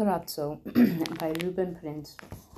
Paparazzo bij Ruben Prins.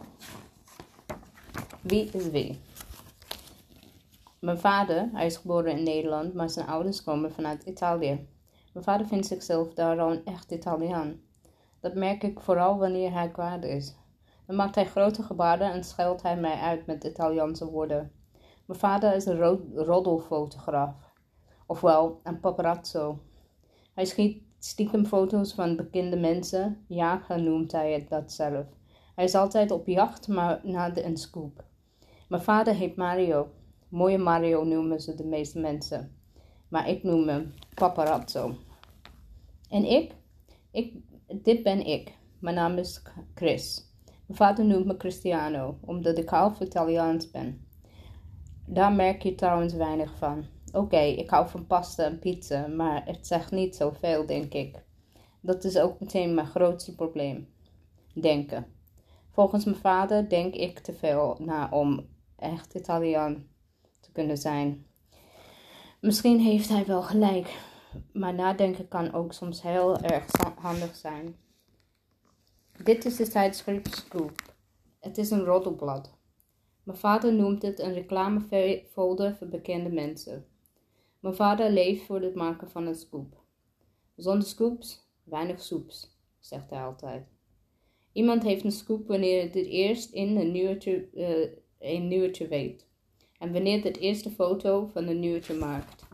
Wie is wie? Mijn vader, hij is geboren in Nederland, maar zijn ouders komen vanuit Italië. Mijn vader vindt zichzelf daarom echt Italiaan. Dat merk ik vooral wanneer hij kwaad is. Dan maakt hij grote gebaren en scheldt hij mij uit met Italiaanse woorden. Mijn vader is een roddelfotograaf, ofwel een paparazzo. Hij schiet stiekem foto's van bekende mensen, jagen noemt hij het dat zelf. Hij is altijd op jacht, maar naar een scoop. Mijn vader heet Mario. Mooie Mario noemen ze de meeste mensen. Maar ik noem hem paparazzo. En dit ben ik. Mijn naam is Chris. Mijn vader noemt me Cristiano, omdat ik half Italiaans ben. Daar merk je trouwens weinig van. Oké, ik hou van pasta en pizza, maar het zegt niet zoveel, denk ik. Dat is ook meteen mijn grootste probleem. Denken. Volgens mijn vader denk ik te veel na om echt Italiaan te kunnen zijn. Misschien heeft hij wel gelijk, maar nadenken kan ook soms heel erg handig zijn. Dit is de tijdschrift Scoop. Het is een roddelblad. Mijn vader noemt het een reclamefolder voor bekende mensen. Mijn vader leeft voor het maken van een scoop. Zonder scoops, weinig soeps, zegt hij altijd. Iemand heeft een scoop wanneer het eerst in een nieuwtje weet. En wanneer het eerste foto van een nieuwtje maakt.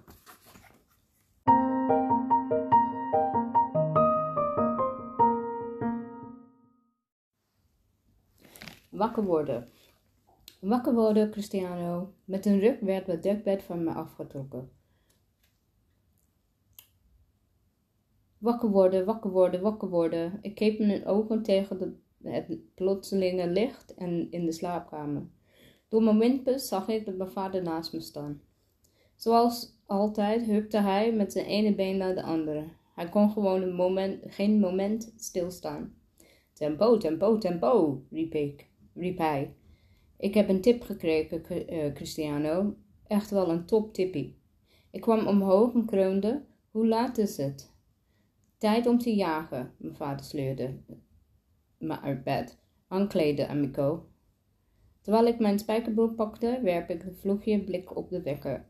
Wakker worden. Wakker worden, Cristiano. Met een ruk werd het dekbed van me afgetrokken. Wakker worden, wakker worden, wakker worden. Ik keek mijn ogen tegen het plotselinge licht en in de slaapkamer. Door mijn windpus zag ik dat mijn vader naast me staan. Zoals altijd hupte hij met zijn ene been naar de andere. Hij kon gewoon geen moment stilstaan. Tempo, tempo, tempo, riep hij. Ik heb een tip gekregen, Cristiano. Echt wel een top tippie. Ik kwam omhoog en kreunde. Hoe laat is het? Tijd om te jagen, mijn vader sleurde me uit bed. Aankleden, amico. Terwijl ik mijn spijkerbroek pakte, werp ik een vloegje blik op de wekker.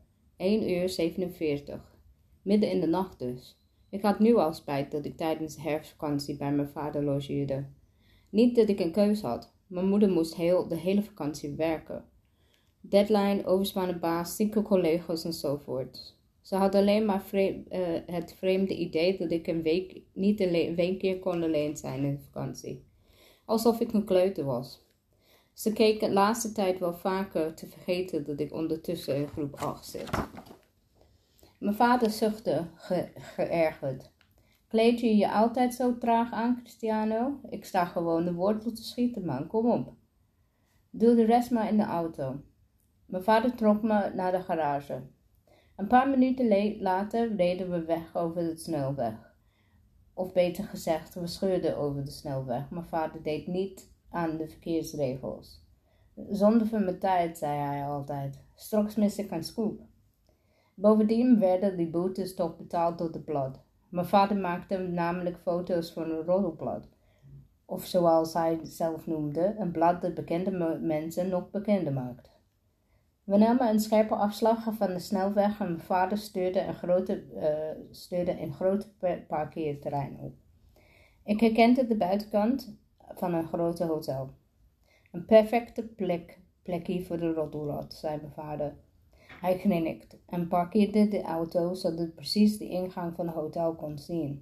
1:47. Midden in de nacht dus. Ik had nu al spijt dat ik tijdens de herfstvakantie bij mijn vader logeerde. Niet dat ik een keus had. Mijn moeder moest de hele vakantie werken. Deadline, overspannen baas, zieke collega's enzovoort. Ze had alleen maar het vreemde idee dat ik niet een weekje kon alleen zijn in de vakantie. Alsof ik een kleuter was. Ze keek de laatste tijd wel vaker te vergeten dat ik ondertussen in groep 8 zit. Mijn vader zuchtte, geërgerd. Kleed je je altijd zo traag aan, Cristiano? Ik sta gewoon de wortel te schieten, man. Kom op. Doe de rest maar in de auto. Mijn vader trok me naar de garage. Een paar minuten later reden we weg over de snelweg. Of beter gezegd, we scheurden over de snelweg. Mijn vader deed niet aan de verkeersregels. Zonder van mijn tijd, zei hij altijd. Straks mis ik een scoop. Bovendien werden die boetes toch betaald door het blad. Mijn vader maakte namelijk foto's voor een roddelblad. Of zoals hij het zelf noemde, een blad dat bekende mensen nog bekender maakt. We namen een scherpe afslag van de snelweg en mijn vader stuurde een groot parkeerterrein op. Ik herkende de buitenkant van een grote hotel. Een perfecte plekje voor de roddelblad, zei mijn vader. Hij grinnikte en parkeerde de auto zodat ik precies de ingang van het hotel kon zien.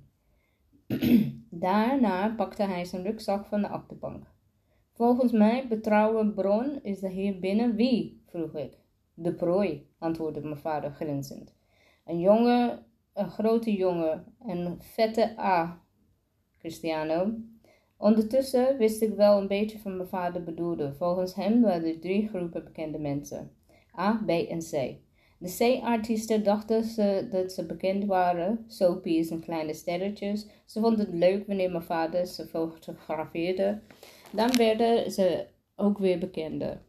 Daarna pakte hij zijn rugzak van de achterbank. Volgens mij betrouwbare bron is er hier binnen wie? Vroeg ik. De prooi, antwoordde mijn vader grinzend. Een grote jongen, een vette A, Cristiano. Ondertussen wist ik wel een beetje van mijn vader bedoelde. Volgens hem waren er 3 groepen bekende mensen. A, B en C. De C-artiesten dachten dat ze bekend waren, soapies en kleine sterretjes. Ze vonden het leuk wanneer mijn vader ze fotografeerde. Dan werden ze ook weer bekender.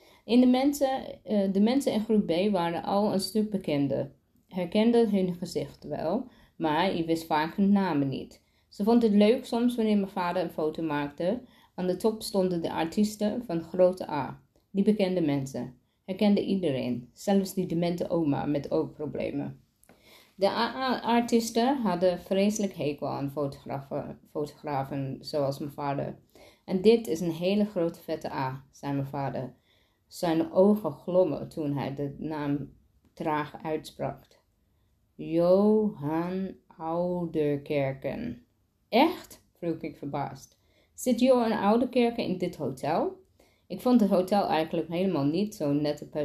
De mensen in groep B waren al een stuk bekender. Herkende hun gezicht wel, maar je wist vaak hun namen niet. Ze vond het leuk soms wanneer mijn vader een foto maakte. Aan de top stonden de artiesten van grote A, die bekende mensen. Hij kende iedereen, zelfs die demente oma met oogproblemen. De AA-artiesten hadden vreselijk hekel aan fotografen zoals mijn vader. En dit is een hele grote vette A, zei mijn vader. Zijn ogen glommen toen hij de naam traag uitsprak. Johan Ouderkerken. Echt? Vroeg ik verbaasd. Zit Johan Ouderkerken in dit hotel? Ik vond het hotel eigenlijk helemaal niet zo'n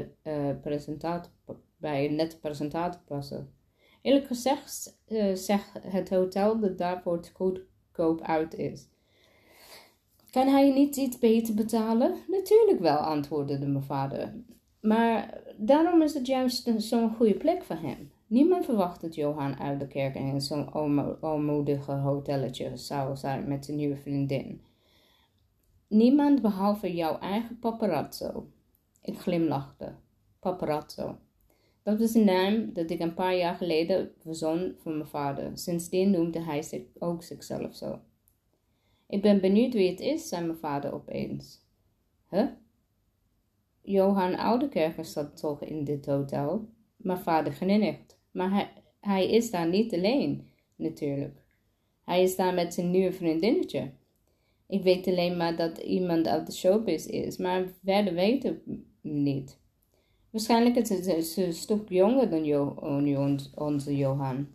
bij een nette presentator passen. Eerlijk gezegd zegt het hotel dat daarvoor te goedkoop uit is. Kan hij niet iets beter betalen? Natuurlijk wel, antwoordde mijn vader. Maar daarom is het juist zo'n goede plek voor hem. Niemand verwacht dat Johan uit de kerk in zo'n onmoedige hotelletje zou zijn met zijn nieuwe vriendin. Niemand behalve jouw eigen paparazzo. Ik glimlachte. Paparazzo. Dat was een naam dat ik een paar jaar geleden verzon voor mijn vader. Sindsdien noemde hij ook zichzelf zo. Ik ben benieuwd wie het is, zei mijn vader opeens. Huh? Johan Oudekerker zat toch in dit hotel? Mijn vader grinnikt. Maar hij is daar niet alleen, natuurlijk. Hij is daar met zijn nieuwe vriendinnetje. Ik weet alleen maar dat iemand uit de showbiz is, maar verder weet ik niet. Waarschijnlijk is het een stuk jonger dan onze Johan.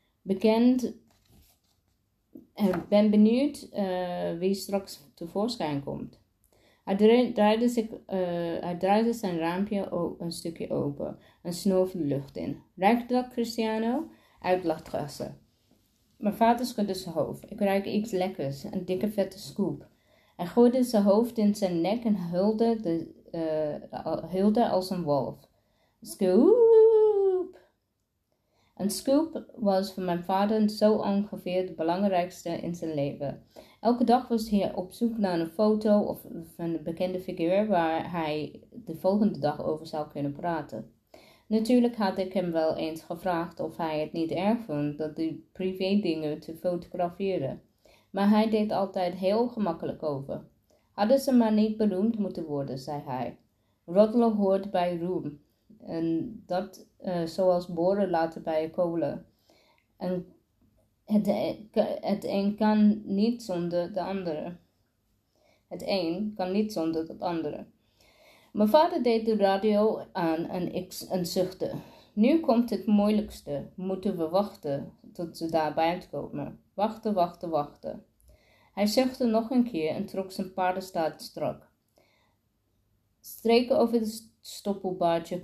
Ben benieuwd wie straks tevoorschijn komt. Hij draaide zijn raampje een stukje open en snoof de lucht in. Ruikt dat, Cristiano? Uitlachtgassen. Mijn vader schudde zijn hoofd. Ik ruik iets lekkers, een dikke vette scoop. Hij gooide zijn hoofd in zijn nek en huilde als een wolf. Scoop! Een scoop was voor mijn vader zo ongeveer de belangrijkste in zijn leven. Elke dag was hij op zoek naar een foto of van een bekende figuur waar hij de volgende dag over zou kunnen praten. Natuurlijk had ik hem wel eens gevraagd of hij het niet erg vond dat hij privé dingen te fotograferen. Maar hij deed altijd heel gemakkelijk over. Hadden ze maar niet beroemd moeten worden, zei hij. Roddelen hoort bij roem. En dat zoals boren laten bij kolen. En het een kan niet zonder de andere. Het een kan niet zonder het andere. Mijn vader deed de radio aan en ik zuchtte. Nu komt het moeilijkste. Moeten we wachten tot ze daarbij komen. Wachten. Hij zuchtte nog een keer en trok zijn paardenstaart strak. Streek over het stoppelbaardje,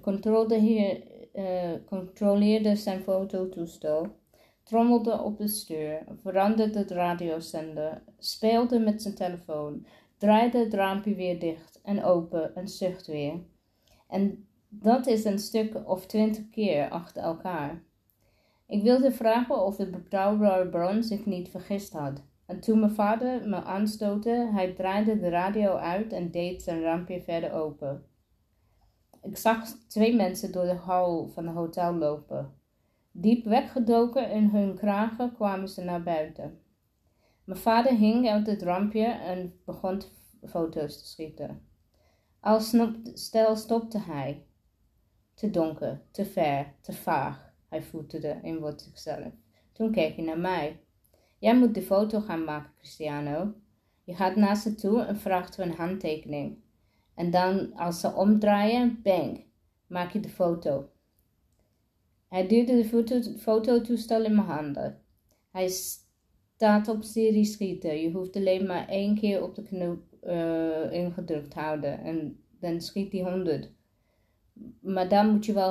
controleerde zijn fototoestel, trommelde op de stuur, veranderde het radiozender, speelde met zijn telefoon, draaide het raampje weer dicht en open en zucht weer. En dat is een stuk of 20 keer achter elkaar. Ik wilde vragen of de betrouwbare bron zich niet vergist had. En toen mijn vader me aanstootte, hij draaide de radio uit en deed zijn raampje verder open. Ik zag 2 mensen door de hal van het hotel lopen. Diep weggedoken in hun kragen kwamen ze naar buiten. Mijn vader hing uit het rampje en begon foto's te schieten. Al snel stopte hij. Te donker, te ver, te vaag, hij voeterde in wat zichzelf. Toen keek hij naar mij. Jij moet de foto gaan maken, Cristiano. Je gaat naar ze toe en vraagt voor een handtekening. En dan, als ze omdraaien, bang, maak je de foto. Hij duwde de fototoestel in mijn handen. Hij staat op serie schieten. Je hoeft alleen maar 1 keer op de knop ingedrukt houden en dan schiet hij 100. Maar daar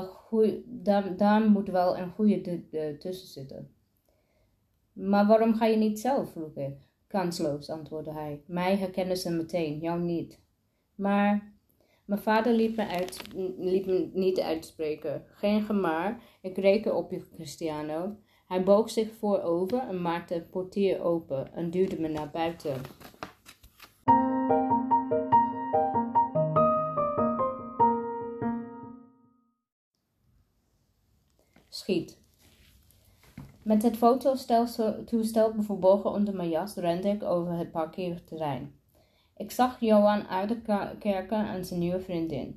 moet wel een goede tussen zitten. Maar waarom ga je niet zelf, vroeg ik. Kansloos, antwoordde hij. Mij herkennen ze meteen, jou niet. Maar mijn vader liet me niet uitspreken. Geen gemaar, ik reken op je, Cristiano. Hij boog zich voorover en maakte het portier open en duwde me naar buiten. Schiet. Met het fototoestel verborgen onder mijn jas rende ik over het parkeerterrein. Ik zag Johan Oudekerke en zijn nieuwe vriendin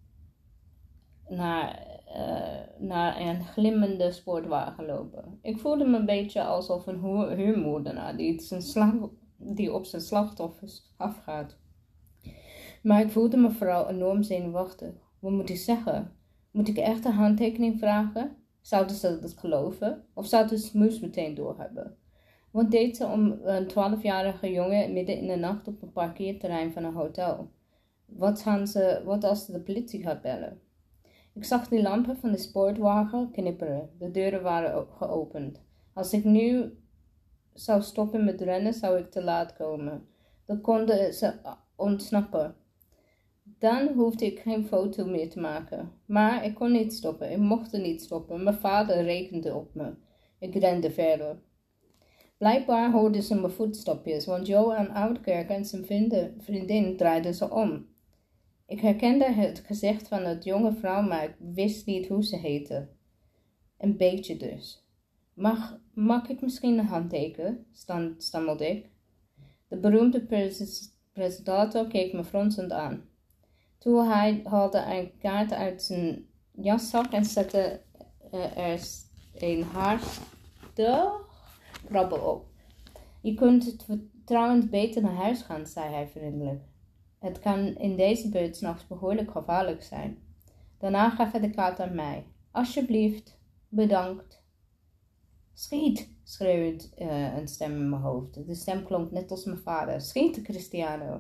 naar een glimmende sportwagen lopen. Ik voelde me een beetje alsof een huurmoordenaar die op zijn slachtoffers afgaat. Maar ik voelde me vooral enorm zenuwachtig. Wat moet ik zeggen? Moet ik echt een handtekening vragen? Zouden ze dat geloven? Of zou de smoes meteen doorhebben? Wat deed ze om een 12-jarige jongen midden in de nacht op een parkeerterrein van een hotel? Wat als ze de politie gaat bellen? Ik zag de lampen van de sportwagen knipperen. De deuren waren geopend. Als ik nu zou stoppen met rennen, zou ik te laat komen. Dan konden ze ontsnappen. Dan hoefde ik geen foto meer te maken. Maar ik kon niet stoppen. Ik mocht niet stoppen. Mijn vader rekende op me. Ik rende verder. Blijkbaar hoorden ze mijn voetstapjes, want Johan Oudekerke en zijn vriendin draaiden ze om. Ik herkende het gezicht van het jonge vrouw, maar ik wist niet hoe ze heette. Een beetje dus. Mag ik misschien een handteken? Stammelde ik. De beroemde presentator keek me fronsend aan. Toen hij haalde een kaart uit zijn jaszak en zette er een haarkrabbel op. Je kunt trouwens beter naar huis gaan, zei hij vriendelijk. Het kan in deze buurt 's nachts behoorlijk gevaarlijk zijn. Daarna gaf hij de kaart aan mij. Alsjeblieft, bedankt. Schiet, schreeuwde een stem in mijn hoofd. De stem klonk net als mijn vader. Schiet, Cristiano.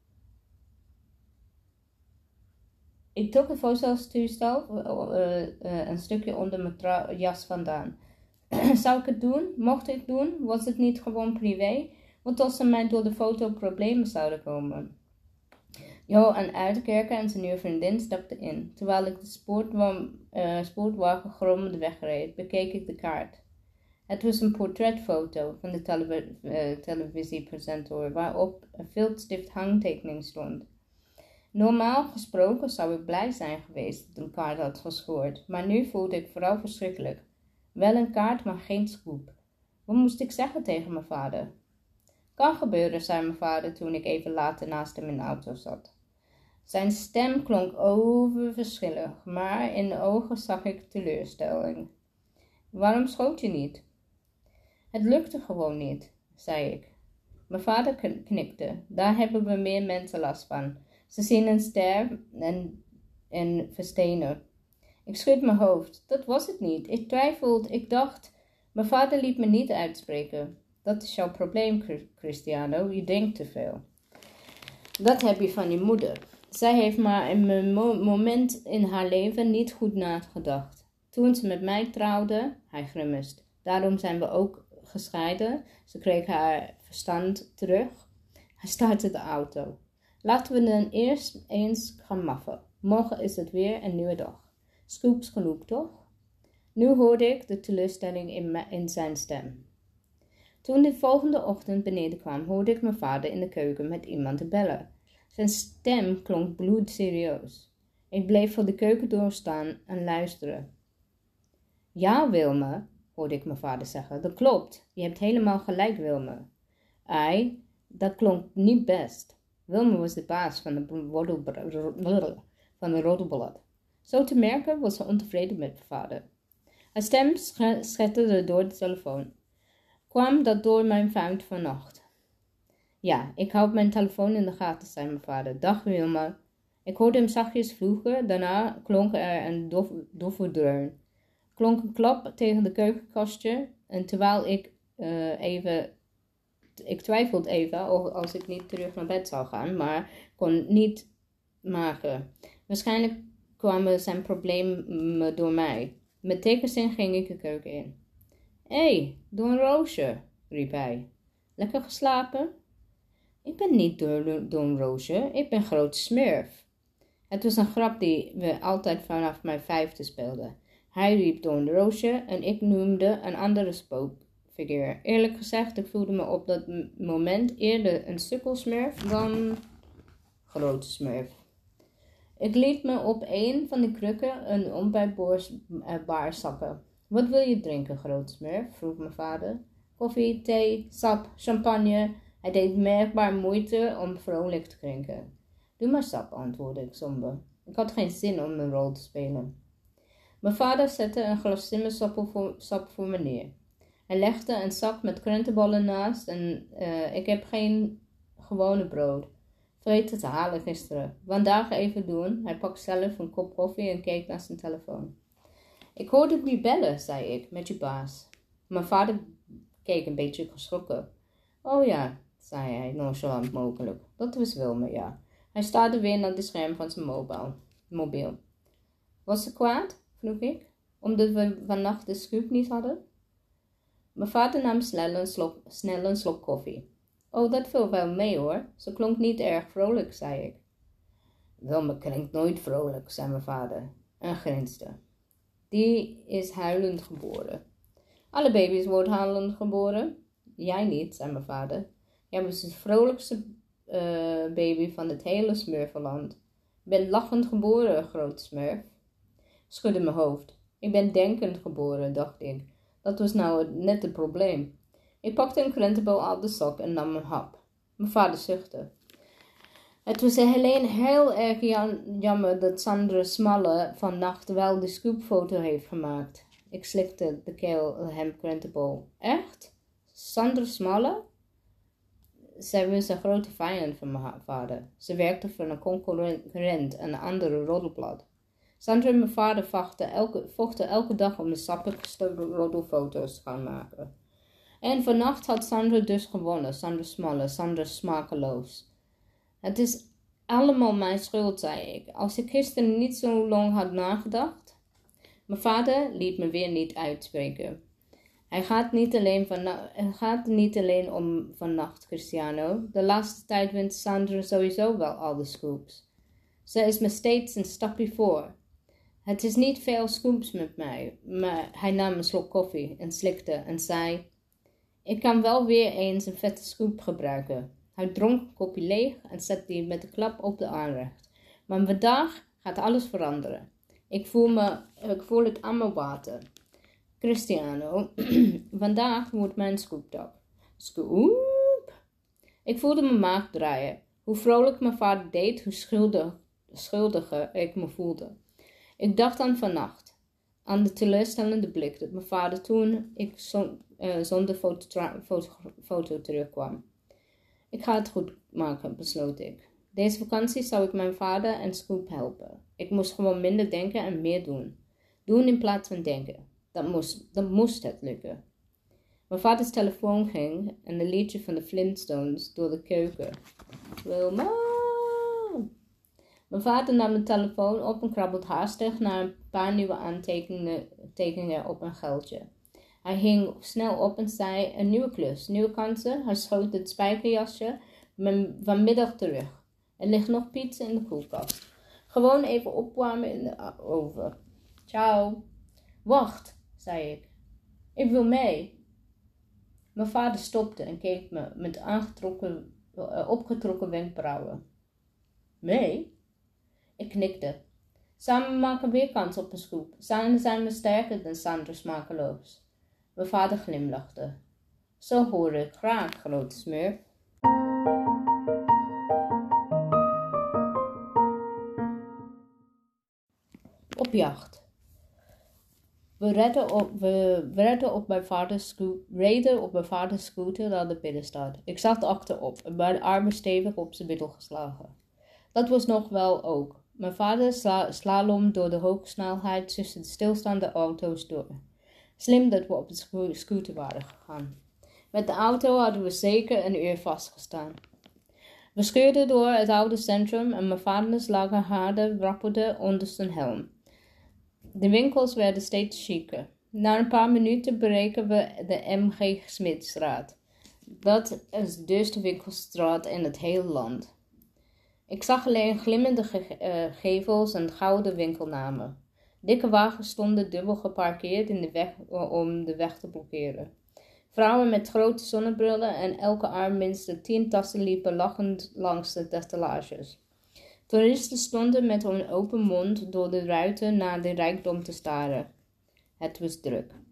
Ik trok het fototoestel een stukje onder mijn jas vandaan. Zou ik het doen? Mocht ik het doen? Was het niet gewoon privé? Wat als er mij door de foto problemen zouden komen? Johan Oudekerke en zijn nieuwe vriendin stapten in. Terwijl ik de sportwagen grommend wegreed, bekeek ik de kaart. Het was een portretfoto van de televisiepresentator waarop een viltstift hangtekening stond. Normaal gesproken zou ik blij zijn geweest dat ik een kaart had gescoord, maar nu voelde ik vooral verschrikkelijk. Wel een kaart, maar geen scoop. Wat moest ik zeggen tegen mijn vader? Kan gebeuren, zei mijn vader toen ik even later naast hem in de auto zat. Zijn stem klonk oververschillig, maar in de ogen zag ik teleurstelling. Waarom schoot je niet? Het lukte gewoon niet, zei ik. Mijn vader knikte. Daar hebben we meer mensen last van. Ze zien een ster en verstenen. Ik schudde mijn hoofd. Dat was het niet. Ik twijfelde. Ik dacht. Mijn vader liet me niet uitspreken. Dat is jouw probleem, Cristiano. Je denkt te veel. Dat heb je van je moeder. Zij heeft maar een moment in haar leven niet goed nagedacht. Toen ze met mij trouwde, hij grimste. Daarom zijn we ook gescheiden. Ze kreeg haar verstand terug. Hij startte de auto. Laten we dan eerst eens gaan maffen. Morgen is het weer een nieuwe dag. Scoops genoeg, toch? Nu hoorde ik de teleurstelling in zijn stem. Toen de volgende ochtend beneden kwam, hoorde ik mijn vader in de keuken met iemand te bellen. Zijn stem klonk bloedserieus. Ik bleef voor de keukendeur staan en luisteren. Ja, Wilme, hoorde ik mijn vader zeggen. Dat klopt, je hebt helemaal gelijk, Wilme. Ai, dat klonk niet best. Wilme was de baas van de roddelblad. Zo te merken was ze ontevreden met mijn vader. Haar stem schetterde door de telefoon. Kwam dat door mijn fout vannacht? Ja, ik houd mijn telefoon in de gaten, zei mijn vader. Dag Wilma. Ik hoorde hem zachtjes vloeken, daarna klonk er een doffe dreun. Klonk een klap tegen de keukenkastje en terwijl ik twijfelde even als ik niet terug naar bed zou gaan, maar kon niet maken. Waarschijnlijk kwamen zijn problemen door mij. Met tegenzin ging ik de keuken in. Hé, Don Roosje, riep hij. Lekker geslapen? Ik ben niet Don Roosje, ik ben Grote Smurf. Het was een grap die we altijd vanaf mijn 5e speelden. Hij riep Don Roosje en ik noemde een andere spookfiguur. Eerlijk gezegd, ik voelde me op dat moment eerder een sukkelsmurf dan Grote Smurf. Ik liet me op een van de krukken een ontbijtbar zakken. Wat wil je drinken, grootsmurf? Vroeg mijn vader. Koffie, thee, sap, champagne. Hij deed merkbaar moeite om vrolijk te klinken. Doe maar sap, antwoordde ik somber. Ik had geen zin om een rol te spelen. Mijn vader zette een glas simmersap voor me neer. Hij legde een zak met krentenbollen naast en ik heb geen gewone brood. Vergeten te halen gisteren. Vandaag even doen. Hij pakte zelf een kop koffie en keek naar zijn telefoon. Ik hoorde je bellen, zei ik, met je baas. Mijn vader keek een beetje geschrokken. Oh ja, zei hij, nonchalant mogelijk. Dat was Wilma, ja. Hij staarde weer naar het scherm van zijn mobiel. Was ze kwaad? Vroeg ik, omdat we vannacht de scoop niet hadden. Mijn vader nam snel een slok koffie. Oh, dat viel wel mee hoor. Ze klonk niet erg vrolijk, zei ik. Wilma klinkt nooit vrolijk, zei mijn vader en grinste. Die is huilend geboren. Alle baby's worden huilend geboren. Jij niet, zei mijn vader. Jij was de vrolijkste baby van het hele Smurfenland. Ik ben lachend geboren, grote Smurf. Schudde mijn hoofd. Ik ben denkend geboren, dacht ik. Dat was nou net het probleem. Ik pakte een krentenbol uit de zak en nam een hap. Mijn vader zuchtte. Het was alleen heel erg jammer dat Sandra Smalle vannacht wel de scoopfoto heeft gemaakt. Ik slikte de hem krentenbol. Echt? Sandra Smalle? Zij was een grote vijand van mijn vader. Ze werkte voor een concurrent, een andere roddelblad. Sandra en mijn vader vochten elke dag om de sappigste roddelfoto's te gaan maken. En vannacht had Sandra dus gewonnen. Sandra Smalle, Sandra smakeloos. Het is allemaal mijn schuld, zei ik. Als ik gisteren niet zo lang had nagedacht. Mijn vader liet me weer niet uitspreken. Het gaat niet alleen om vannacht, Cristiano. De laatste tijd wint Sandra sowieso wel al de scoops. Ze is me steeds een stapje voor. Het is niet veel scoops met mij, maar hij nam een slok koffie en slikte en zei... Ik kan wel weer eens een vette scoop gebruiken. Hij dronk een kopje leeg en zette die met de klap op de aanrecht. Maar vandaag gaat alles veranderen. Ik voel het aan mijn water. Cristiano, vandaag wordt mijn scoopdag. Scoop! Ik voelde mijn maag draaien. Hoe vrolijk mijn vader deed, hoe schuldiger ik me voelde. Ik dacht aan vannacht. Aan de teleurstellende blik dat mijn vader toen ik zonder foto terugkwam. Ik ga het goed maken, besloot ik. Deze vakantie zou ik mijn vader en Scoop helpen. Ik moest gewoon minder denken en meer doen. Doen in plaats van denken. Dat moest het lukken. Mijn vaders telefoon ging en een liedje van de Flintstones door de keuken. Wilma! Mijn vader nam de telefoon op en krabbelde haastig naar een paar nieuwe aantekeningen op een geldje. Hij hing snel op en zei, een nieuwe klus, nieuwe kansen. Hij schoot het spijkerjasje vanmiddag terug. Er ligt nog pizza in de koelkast. Gewoon even opwarmen in de oven. Ciao. Wacht, zei ik. Ik wil mee. Mijn vader stopte en keek me met opgetrokken wenkbrauwen. Mee? Ik knikte. Samen maken we weer kans op een scoop. Samen zijn we sterker dan Sandra smakeloos. Mijn vader glimlachte. Zo hoor ik graag, grote Smurf. Op jacht. We reden op mijn vaders scooter naar de binnenstad. Ik zat achterop en mijn armen stevig op zijn middel geslagen. Dat was nog wel ook. Mijn vader slalom door de hoge snelheid tussen de stilstaande auto's door. Slim dat we op de scooter waren gegaan. Met de auto hadden we zeker een uur vastgestaan. We scheurden door het oude centrum en mijn vaders lange haren wapperde onder zijn helm. De winkels werden steeds chiquer. Na een paar minuten bereiken we de M.G. Smidstraat. Dat is de duurste winkelstraat in het hele land. Ik zag alleen glimmende gevels en gouden winkelnamen. Dikke wagens stonden dubbel geparkeerd in de weg om de weg te blokkeren. Vrouwen met grote zonnebrillen en elke arm minstens 10 tassen liepen lachend langs de ettalages. Toeristen stonden met een open mond door de ruiten naar de rijkdom te staren. Het was druk.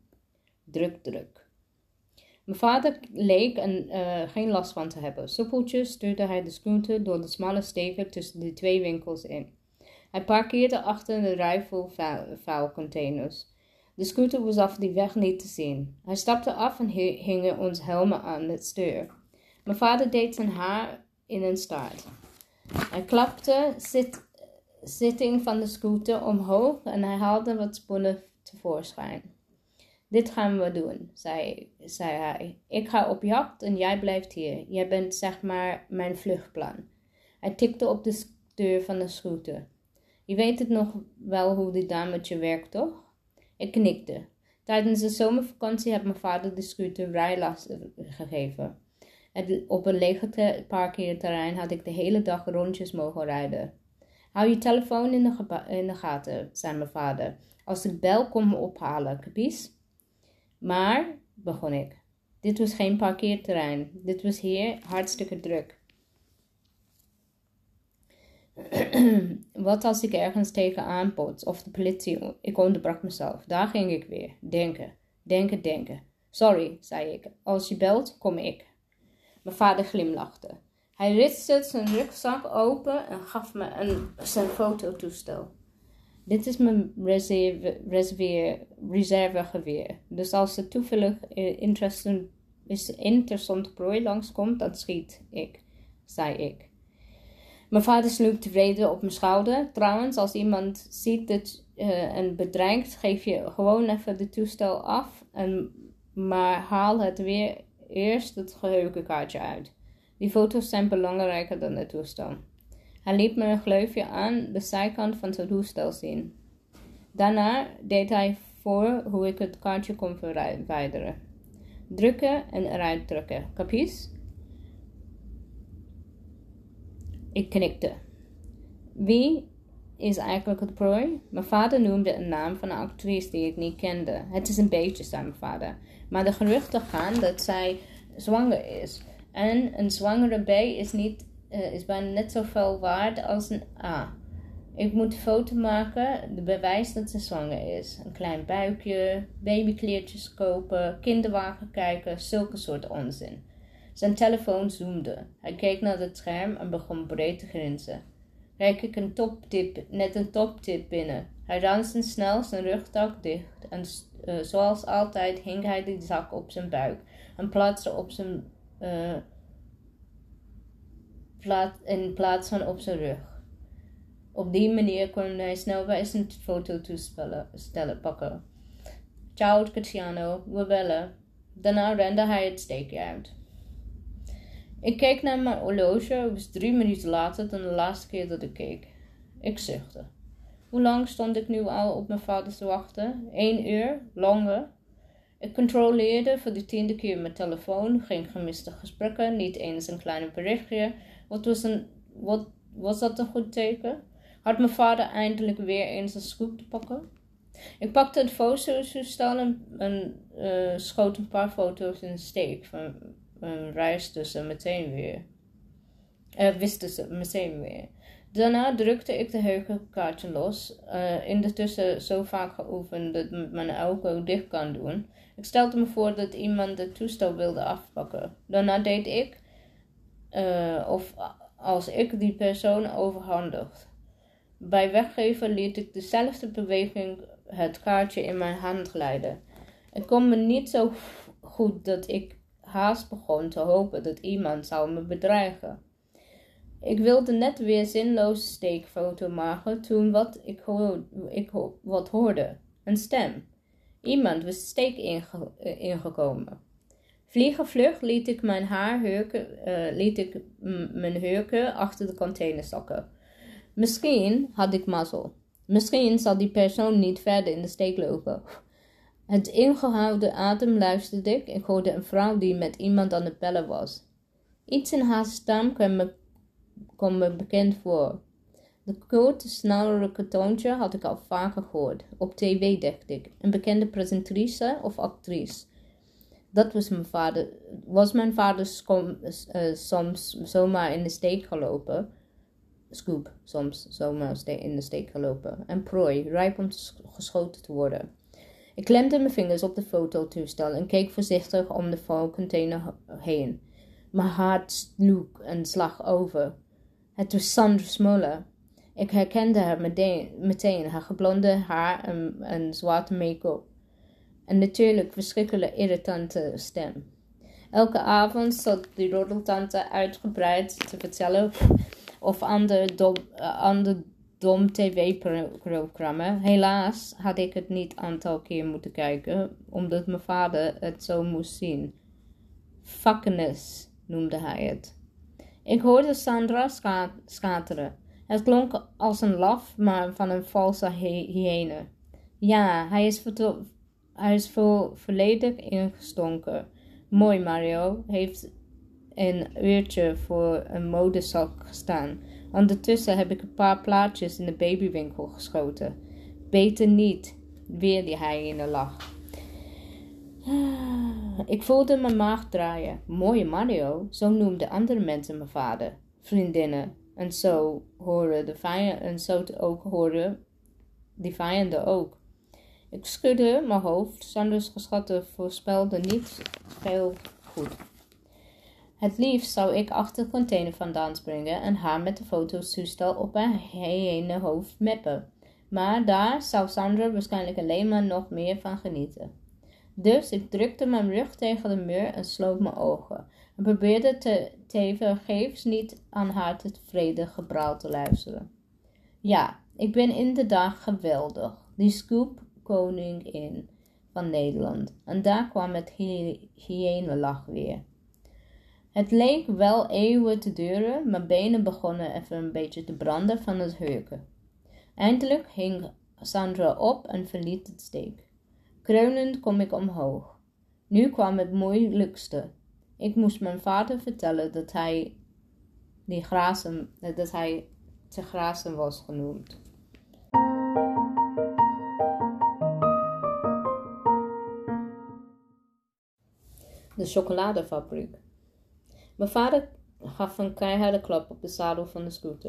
Druk. Mijn vader leek er geen last van te hebben. Soepeltjes stuurde hij de scooter door de smalle steker tussen de 2 winkels in. Hij parkeerde achter een rij vol vuilcontainers. De scooter was af die weg niet te zien. Hij stapte af en hing ons helmen aan het stuur. Mijn vader deed zijn haar in een staart. Hij klapte zitting van de scooter omhoog en hij haalde wat spullen tevoorschijn. Dit gaan we doen, zei hij. Ik ga op jacht en jij blijft hier. Jij bent zeg maar mijn vluchtplan. Hij tikte op de deur van de scooter. Je weet het nog wel hoe dit dametje werkt, toch? Ik knikte. Tijdens de zomervakantie heeft mijn vader de scooter rijles gegeven. Op een lege parkeerterrein had ik de hele dag rondjes mogen rijden. Hou je telefoon in de gaten, zei mijn vader. Als ik bel, kom me ophalen, kapies? Maar, begon ik. Dit was geen parkeerterrein. Dit was hier hartstikke druk. Wat als ik ergens tegenaan bots of de politie? Ik onderbrak mezelf. Daar ging ik weer. Denken. Sorry, zei ik. Als je belt, kom ik. Mijn vader glimlachte. Hij ritste zijn rugzak open en gaf me zijn fototoestel. Dit is mijn reservegeweer. Dus als er toevallig interessante prooi langskomt, dan schiet ik, zei ik. Mijn vader sloeg tevreden op mijn schouder. Trouwens, als iemand ziet en bedreigt, geef je gewoon even de toestel af. Maar haal het weer eerst het geheugenkaartje uit. Die foto's zijn belangrijker dan het toestel. Hij liet me een gleufje aan de zijkant van zijn toestel zien. Daarna deed hij voor hoe ik het kaartje kon verwijderen. Drukken en eruit drukken. Kapies? Ik knikte. Wie is eigenlijk het prooi? Mijn vader noemde een naam van een actrice die ik niet kende. Het is een beetje, zei mijn vader. Maar de geruchten gaan dat zij zwanger is. En een zwangere B is bijna net zoveel waard als een A. Ik moet een foto maken, de bewijs dat ze zwanger is. Een klein buikje, babykleertjes kopen, kinderwagen kijken, zulke soort onzin. Zijn telefoon zoomde. Hij keek naar het scherm en begon breed te grinzen. Kreeg ik net een toptip binnen. Hij ranste snel zijn rugzak dicht en zoals altijd hing hij die zak op zijn buik en plaatste op zijn in plaats van op zijn rug. Op die manier kon hij snel bij zijn fototoestellen pakken. Ciao, Cristiano, we bellen. Daarna rende hij het steekje uit. Ik keek naar mijn horloge. Het was 3 minuten later dan de laatste keer dat ik keek. Ik zuchtte. Hoe lang stond ik nu al op mijn vader te wachten? 1 uur? Langer? Ik controleerde voor de 10e keer mijn telefoon. Geen gemiste gesprekken, niet eens een klein berichtje. Was dat een goed teken? Had mijn vader eindelijk weer eens een scoop te pakken? Ik pakte het fototoestel en schoot een paar foto's in de steek van wisten ze meteen weer. Daarna drukte ik de geheugenkaartje los. Intussen zo vaak geoefend dat mijn auto dicht kan doen. Ik stelde me voor dat iemand het toestel wilde afpakken. Daarna deed ik als ik die persoon overhandigd. Bij weggeven liet ik dezelfde beweging het kaartje in mijn hand glijden. Het kon me niet zo goed dat ik haast begon te hopen dat iemand zou me bedreigen. Ik wilde net weer zinloze steekfoto maken toen ik hoorde. Een stem. Iemand was de steek ingekomen. Vlug liet ik mijn hurken achter de container zakken. Misschien had ik mazzel. Misschien zal die persoon niet verder in de steek lopen. Het ingehouden adem luisterde ik. Ik hoorde een vrouw die met iemand aan het bellen was. Iets in haar stem kwam me bekend voor. De korte, snellere toontje had ik al vaker gehoord. Op tv dacht ik. Een bekende presentatrice of actrice. Dat was mijn vader soms zomaar in de steek gelopen. Scoop, soms zomaar in de steek gelopen. En prooi, rijp om geschoten te worden. Ik klemde mijn vingers op de fototoestel en keek voorzichtig om de foilcontainer heen. Mijn hart sloeg een slag over. Het was Sandra Smuller. Ik herkende haar meteen, haar geblonde haar en zwarte make-up. En natuurlijk verschrikkelijk irritante stem. Elke avond zat die roddeltante uitgebreid te vertellen of ander dom tv-programma. Helaas had ik het niet een aantal keer moeten kijken, omdat mijn vader het zo moest zien. Vakkenis noemde hij het. Ik hoorde Sandra schateren. Het klonk als een laf, maar van een valse hyene. Ja, hij is volledig ingestonken. Mooi, Mario. Heeft een uurtje voor een modezak gestaan. Ondertussen heb ik een paar plaatjes in de babywinkel geschoten. Beter niet. Weer die hyene lach. Ik voelde mijn maag draaien. Mooie Mario, zo noemden andere mensen mijn vader. Vriendinnen. En zo horen die vijanden ook. Ik schudde mijn hoofd. Sandra's geschatte voorspelde niet veel goed. Het liefst zou ik achter de container vandaan springen en haar met de fototoestel op haar hyene hoofd meppen. Maar daar zou Sandra waarschijnlijk alleen maar nog meer van genieten. Dus ik drukte mijn rug tegen de muur en sloot mijn ogen. En probeerde tevergeefs niet aan haar tevreden gebraal te luisteren. Ja, ik ben inderdaad geweldig. Die scoopkoningin van Nederland. En daar kwam het hyene-lach weer. Het leek wel eeuwen te duren, mijn benen begonnen even een beetje te branden van het hurken. Eindelijk hing Sandra op en verliet het steek. Kreunend kom ik omhoog. Nu kwam het moeilijkste. Ik moest mijn vader vertellen dat hij te grazen was genoemd. De chocoladefabriek. Mijn vader gaf een keiharde klap op de zadel van de scooter.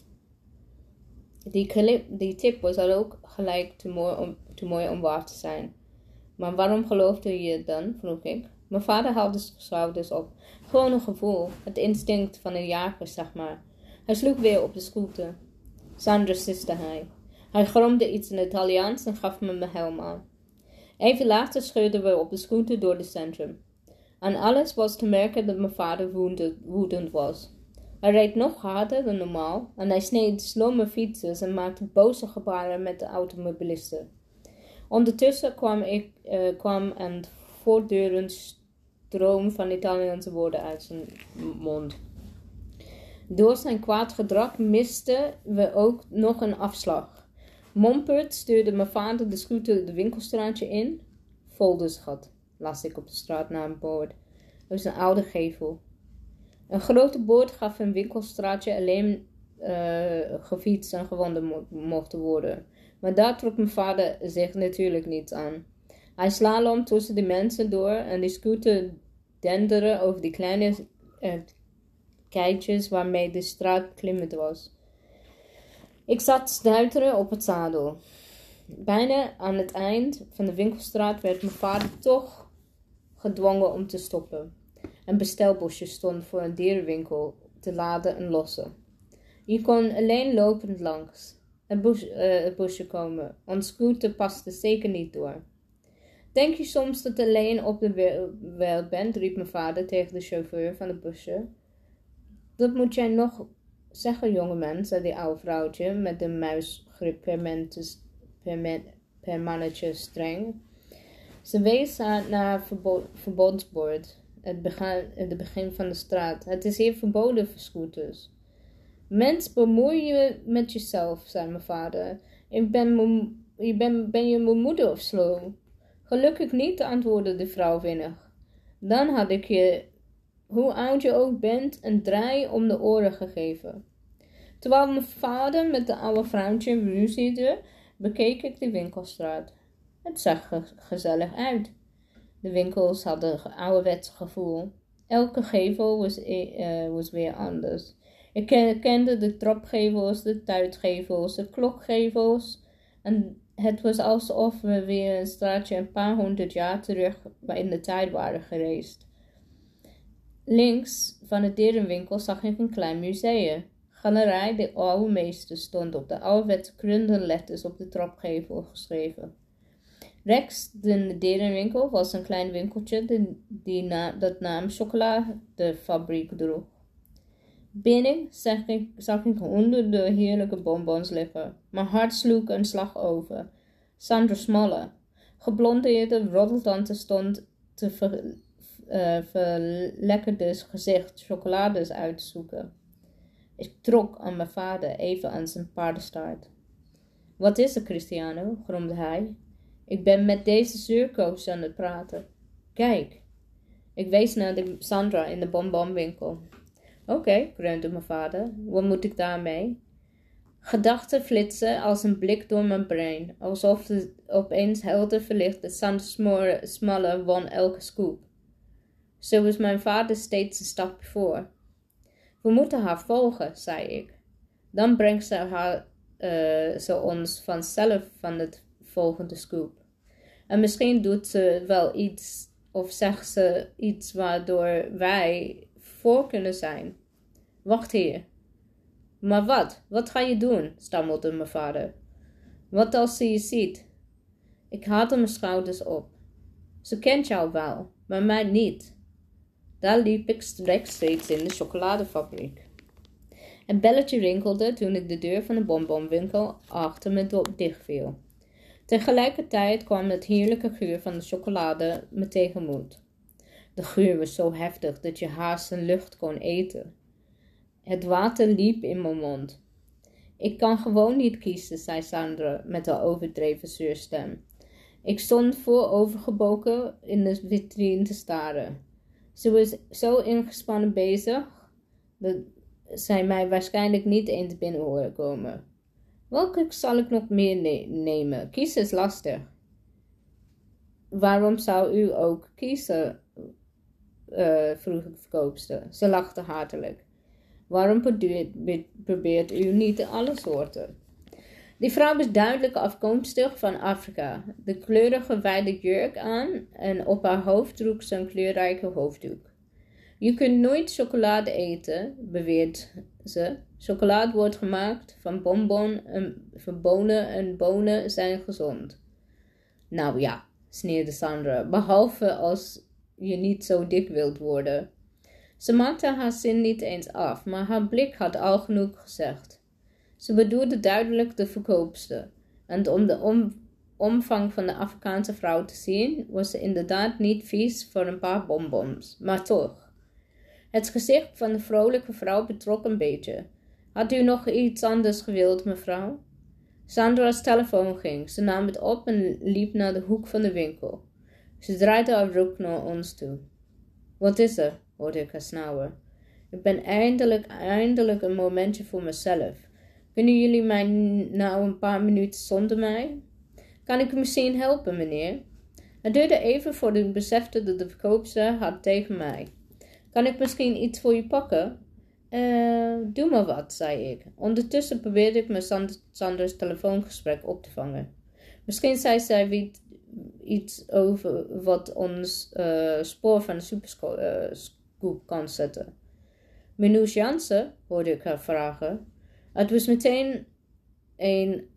Die tip was al ook gelijk te mooi om waar te zijn. Maar waarom geloofde je het dan? Vroeg ik. Mijn vader haalde zijn schouders op. Gewoon een gevoel, het instinct van een jager, zeg maar. Hij sloeg weer op de scooter. Sandra, siste hij. Hij gromde iets in het Italiaans en gaf me mijn helm aan. Even later scheurden we op de scooter door het centrum. Aan alles was te merken dat mijn vader woedend was. Hij reed nog harder dan normaal en hij sneed slomme fietsers en maakte boze gebaren met de automobilisten. Ondertussen kwam een voortdurend stroom van Italiaanse woorden uit zijn mond. Door zijn kwaad gedrag misten we ook nog een afslag. Momperd stuurde mijn vader de scooter de winkelstraatje in. Folderschat, las ik op de straatnaambord. Het was een oude gevel. Een grote bord gaf een winkelstraatje alleen gefietst en gewonden mochten worden. Maar daar trok mijn vader zich natuurlijk niet aan. Hij slalom tussen de mensen door en die scooter denderde over die kleine keitjes waarmee de straat klimmend was. Ik zat stuiteren op het zadel. Bijna aan het eind van de winkelstraat werd mijn vader toch gedwongen om te stoppen. Een bestelbusje stond voor een dierenwinkel te laden en lossen. Je kon alleen lopend langs het busje komen. Ons scooter paste zeker niet door. Denk je soms dat je alleen op de wereld bent, riep mijn vader tegen de chauffeur van het busje. Dat moet jij nog zeggen, jongeman, zei die oude vrouwtje met de muisgrip per mannetje streng. Ze wees naar het verbodsbord, het begin van de straat. Het is hier verboden voor scooters. Mens, bemoei je met jezelf, zei mijn vader. Ben je mijn moeder of zo? Gelukkig niet, antwoordde de vrouw vinnig. Dan had ik je, hoe oud je ook bent, een draai om de oren gegeven. Terwijl mijn vader met de oude vrouwtje ruziede, bekeek ik de winkelstraat. Het zag er gezellig uit. De winkels hadden een ouderwets gevoel. Elke gevel was weer anders. Ik kende de trapgevels, de tuitgevels, de klokgevels en Het was alsof we weer een straatje een paar 100 jaar terug in de tijd waren gereisd. Links van het dierenwinkel zag ik een klein museum. Galerij De Oude Meester stond op de ouderwetse krundelletters op de trapgevel geschreven. Rechts de dierenwinkel was een klein winkeltje dat naam Chocoladefabriek droeg. Binnen zag ik honderden heerlijke bonbons liggen. Mijn hart sloeg een slag over. Sandra Smolle, geblondeerde roddeltante, stond te verlekkerde gezicht chocolades uit te zoeken. Ik trok aan mijn vader even aan zijn paardenstaart. Wat is er, Cristiano? Gromde hij. Ik ben met deze zeurkoos aan het praten. Kijk. Ik wees naar de Sandra in de bonbonwinkel. Oké, kreunde mijn vader. Wat moet ik daarmee? Gedachten flitsen als een blik door mijn brein, alsof het opeens helder verlichte Sandra Smolle won elke scoop. Zo was mijn vader steeds een stapje voor. We moeten haar volgen, zei ik. Dan brengt ze ons vanzelf van het volgende scoop. En misschien doet ze wel iets of zegt ze iets waardoor wij voor kunnen zijn. Wacht hier. Maar wat? Wat ga je doen? Stammelde mijn vader. Wat als ze je ziet? Ik haalde mijn schouders op. Ze kent jou wel, maar mij niet. Daar liep ik rechtstreeks in de chocoladefabriek. Het belletje rinkelde toen ik de deur van de bonbonwinkel achter me dichtviel. Tegelijkertijd kwam het heerlijke geur van de chocolade me tegemoet. De geur was zo heftig dat je haast een lucht kon eten. Het water liep in mijn mond. Ik kan gewoon niet kiezen, zei Sandra met haar overdreven zeurstem. Ik stond voorovergebogen in de vitrine te staren. Ze was zo ingespannen bezig dat zij mij waarschijnlijk niet eens binnen horen komen. Welke zal ik nog meer nemen? Kiezen is lastig. Waarom zou u ook kiezen? Vroeg de verkoopster. Ze lachte hartelijk. Waarom probeert u niet alle soorten? Die vrouw was duidelijk afkomstig van Afrika. De kleurige wijde jurk aan en op haar hoofd droeg ze een kleurrijke hoofddoek. Je kunt nooit chocolade eten, beweert ze. Chocolade wordt gemaakt van bonen en bonen zijn gezond. Nou ja, sneerde Sandra, behalve als je niet zo dik wilt worden. Ze maakte haar zin niet eens af, maar haar blik had al genoeg gezegd. Ze bedoelde duidelijk de verkoopster, en om de omvang van de Afrikaanse vrouw te zien, was ze inderdaad niet vies voor een paar bonbons, maar toch. Het gezicht van de vrolijke vrouw betrok een beetje. Had u nog iets anders gewild, mevrouw? Sandra's telefoon ging. Ze nam het op en liep naar de hoek van de winkel. Ze draaide haar rug naar ons toe. Wat is er? Hoorde ik haar snauwen. Ik ben eindelijk een momentje voor mezelf. Kunnen jullie mij nou een paar minuten zonder mij? Kan ik u misschien helpen, meneer? Het duurde even voordat ik besefte dat de verkoopster had tegen mij. Kan ik misschien iets voor je pakken? Doe maar wat, zei ik. Ondertussen probeerde ik mijn Sandra's telefoongesprek op te vangen. Misschien zei zij iets over wat ons spoor van de superscoop kan zetten. Meneer Jansen, hoorde ik haar vragen. Het was meteen een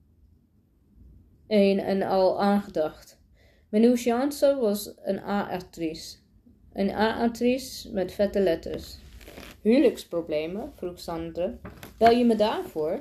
en al aangedacht. Meneer Jansen was een A-actrice. Een A-actrice met vette letters. Huwelijksproblemen? Vroeg Sandra. Bel je me daarvoor?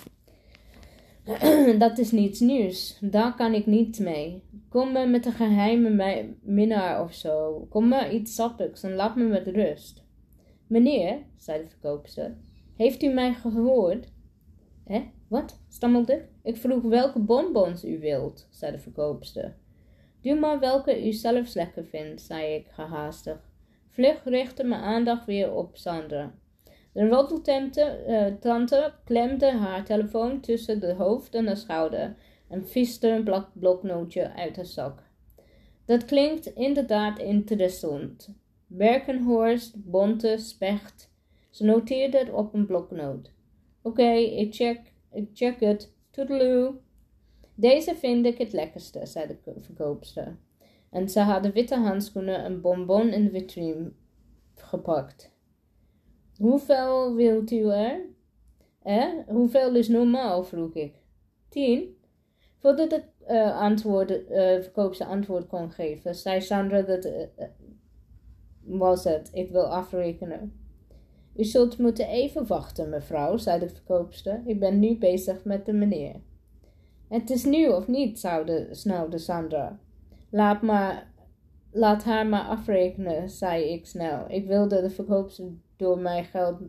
Dat is niets nieuws. Daar kan ik niet mee. Kom maar met een geheime minnaar of zo. Kom maar iets sappigs en laat me met rust. Meneer, zei de verkoopster, heeft u mij gehoord? Wat? Stammelde ik. Ik vroeg welke bonbons u wilt, zei de verkoopster. Doe maar welke u zelf lekker vindt, zei ik gehaastig. Vlug richtte mijn aandacht weer op Sandra. De roddeltante klemde haar telefoon tussen de hoofd en de schouder en viste een bloknootje uit haar zak. Dat klinkt inderdaad interessant. Berkenhorst, Bonte, Specht. Ze noteerde het op een bloknoot. Oké, ik check het. Toedeloe. Deze vind ik het lekkerste, zei de verkoopster. En ze had de witte handschoenen en bonbon in de vitrine gepakt. Hoeveel wilt u er? Hoeveel is normaal, vroeg ik. 10? Voordat de verkoopster antwoord kon geven, zei Sandra dat was het. Ik wil afrekenen. U zult moeten even wachten, mevrouw, zei de verkoopster. Ik ben nu bezig met de meneer. Het is nu of niet, snauwde Sandra. Laat haar maar afrekenen, zei ik snel. Ik wilde de verkoopster door mijn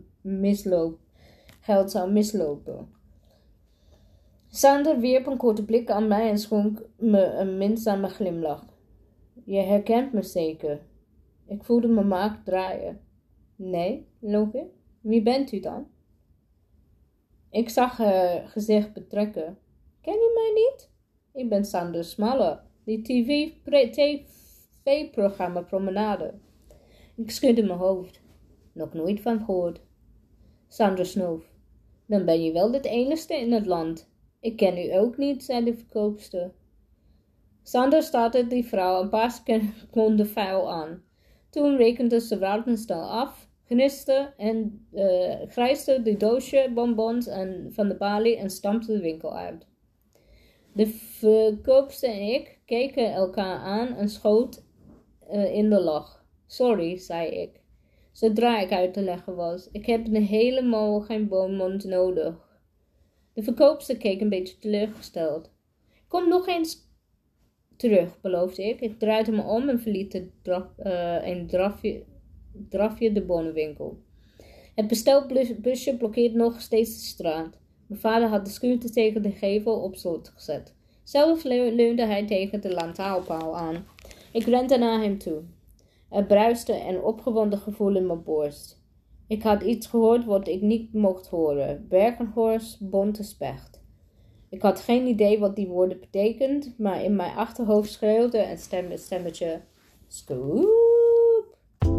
geld zou mislopen. Sandra wierp een korte blik aan mij en schonk me een minzame glimlach. Je herkent me zeker. Ik voelde mijn maag draaien. Nee, loog ik. Wie bent u dan? Ik zag haar gezicht betrekken. Ken je mij niet? Ik ben Sandra Smalle, die tv-programma Promenade. Ik schudde mijn hoofd. Nog nooit van gehoord. Sandra snoof. Dan ben je wel het enigste in het land. Ik ken u ook niet, zei de verkoopster. Sandra startte die vrouw een paar seconden vuil aan. Toen rekende ze ratensnel af, gniste en grijste de doosje bonbons van de balie en stampte de winkel uit. De verkoopster en ik keken elkaar aan en schoot in de lach. Sorry, zei ik, zodra ik uit te leggen was. Ik heb helemaal geen bonbons nodig. De verkoopster keek een beetje teleurgesteld. Kom nog eens terug, beloofde ik. Ik draaide me om en verliet een drafje de bonnenwinkel. Het bestelbusje blokkeerde nog steeds de straat. Mijn vader had de scooter tegen de gevel op slot gezet. Zelf leunde hij tegen de lantaarnpaal aan. Ik rende naar hem toe. Er bruiste een opgewonden gevoel in mijn borst. Ik had iets gehoord wat ik niet mocht horen. Bergenhorst, bonte specht. Ik had geen idee wat die woorden betekent, maar in mijn achterhoofd schreeuwde een stemmetje. Scoop!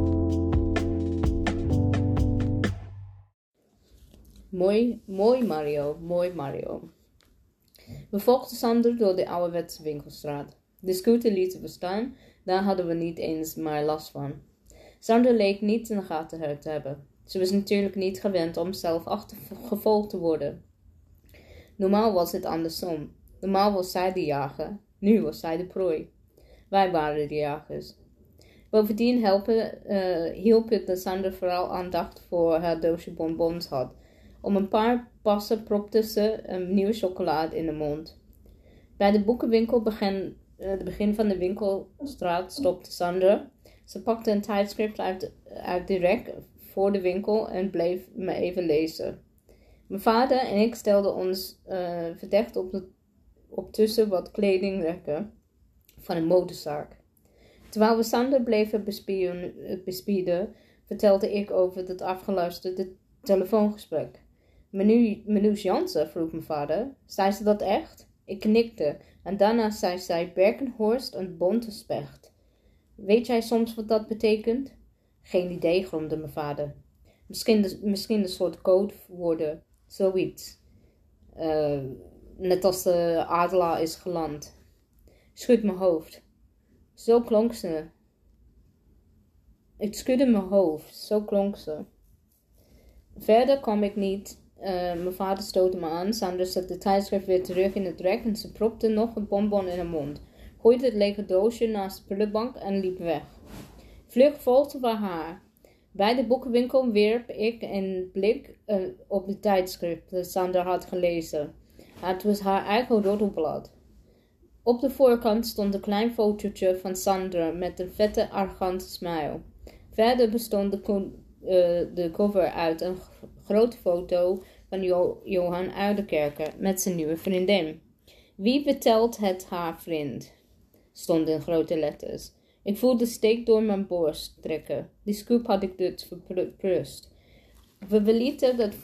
Mooi Mario, mooi Mario. We volgden Sander door de ouderwetse winkelstraat. De scooter lieten we staan, daar hadden we niet eens maar last van. Sander leek niet in de gaten te hebben. Ze was natuurlijk niet gewend om zelf achtergevolgd te worden. Normaal was het andersom. Normaal was zij de jager, nu was zij de prooi. Wij waren de jagers. Bovendien hielp het dat Sander vooral aandacht voor haar doosje bonbons had. Om een paar passen propte ze een nieuwe chocolade in de mond. Bij de boekenwinkel, het begin van de winkelstraat, stopte Sander. Ze pakte een tijdschrift uit de rek voor de winkel en bleef me even lezen. Mijn vader en ik stelden ons verdekt op tussen wat kledingrekken van een modezaak. Terwijl we Sander bleven bespieden, vertelde ik over het afgeluisterde telefoongesprek. Meneer Jansen, vroeg mijn vader. Zei ze dat echt? Ik knikte en daarna zei zij Berkenhorst en bonte specht. Weet jij soms wat dat betekent? Geen idee, gromde mijn vader. Misschien een soort codewoorden, zoiets. Net als de adelaar is geland. Schud mijn hoofd. Zo klonk ze. Ik schudde mijn hoofd, zo klonk ze. Verder kwam ik niet. Mijn vader stootte me aan. Sandra zette de tijdschrift weer terug in het rek en ze propte nog een bonbon in haar mond. Gooide het lege doosje naast de prullenbank en liep weg. Vlug volgden we haar. Bij de boekenwinkel wierp ik een blik op de tijdschrift dat Sandra had gelezen. Het was haar eigen roddelblad. Op de voorkant stond een klein fotootje van Sandra met een vette, arrogante smile. Verder bestond de cover uit een grote foto van Johan Oudekerke met zijn nieuwe vriendin. Wie vertelt het haar vriend? Stond in grote letters. Ik voelde steek door mijn borst trekken. Die scoop had ik dus verprust. We lieten het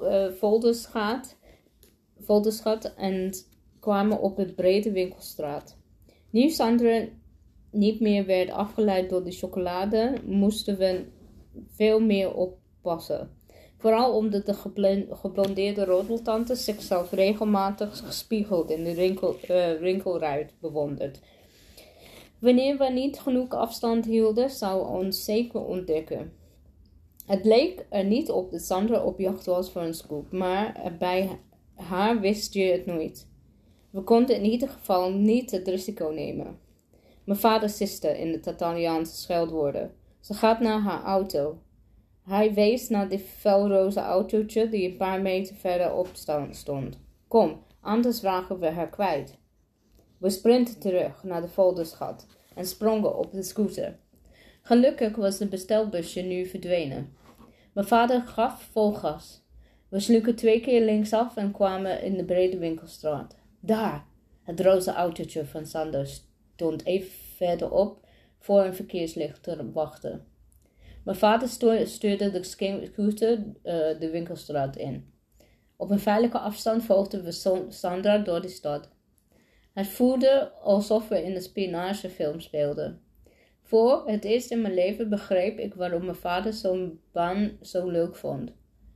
folderschat en kwamen op de brede winkelstraat. Nu Sandra niet meer werd afgeleid door de chocolade, moesten we veel meer oppassen. Vooral omdat de geblondeerde roddeltante zichzelf regelmatig gespiegeld in de winkelruit bewondert. Wanneer we niet genoeg afstand hielden, zou ons zeker ontdekken. Het leek er niet op dat Sandra op jacht was voor een scoop, maar bij haar wist je het nooit. We konden in ieder geval niet het risico nemen. Mijn vader siste in het Italiaanse scheldwoorden. Ze gaat naar haar auto. Hij wees naar die felroze autootje die een paar meter verderop stond. Kom, anders raken we haar kwijt. We sprintten terug naar de folderschat en sprongen op de scooter. Gelukkig was de bestelbusje nu verdwenen. Mijn vader gaf vol gas. We sloegen 2 keer linksaf en kwamen in de brede winkelstraat. Daar, het roze autootje van Sander stond even verderop voor een verkeerslicht te wachten. Mijn vader stuurde de scooter de winkelstraat in. Op een veilige afstand volgden we Sandra door de stad. Het voelde alsof we in een spionagefilm speelden. Voor het eerst in mijn leven begreep ik waarom mijn vader zo'n baan zo leuk vond.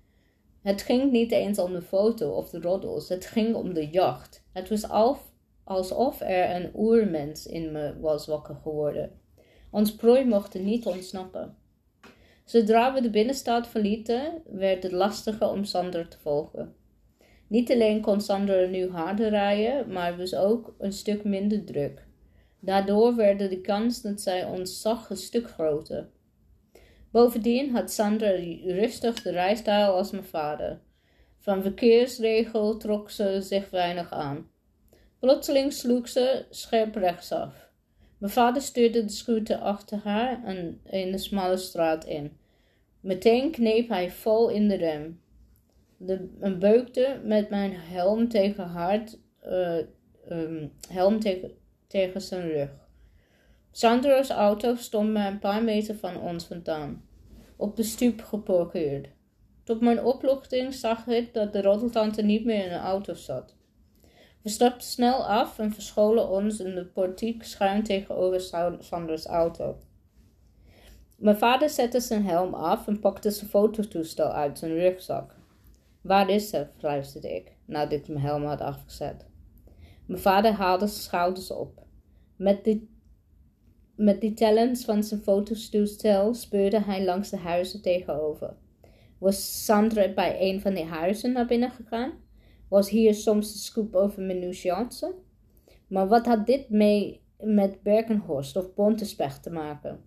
Het ging niet eens om de foto of de roddels, het ging om de jacht. Het was alsof er een oermens in me was wakker geworden. Ons prooi mocht er niet ontsnappen. Zodra we de binnenstad verlieten, werd het lastiger om Sander te volgen. Niet alleen kon Sander nu harder rijden, maar was ook een stuk minder druk. Daardoor werd de kans dat zij ons zag een stuk groter. Bovendien had Sander rustig de rijstijl als mijn vader. Van verkeersregel trok ze zich weinig aan. Plotseling sloeg ze scherp rechtsaf. Mijn vader stuurde de scooter achter haar en in de smalle straat in. Meteen kneep hij vol in de rem. En beukte met mijn helm tegen zijn rug. Sandro's auto stond maar een paar meter van ons vandaan, op de stoep geparkeerd. Tot mijn opluchting zag ik dat de roddeltante niet meer in de auto zat. We stapten snel af en verscholen ons in de portiek schuin tegenover Sanders auto. Mijn vader zette zijn helm af en pakte zijn fototoestel uit zijn rugzak. Waar is ze? Fluisterde ik, nadat ik mijn helm had afgezet. Mijn vader haalde zijn schouders op. Met die tellens van zijn fototoestel speurde hij langs de huizen tegenover. Was Sandra bij een van die huizen naar binnen gegaan? Was hier soms de scoop over minutiaatse? Maar wat had dit mee met Berkenhorst of Bontesberg te maken?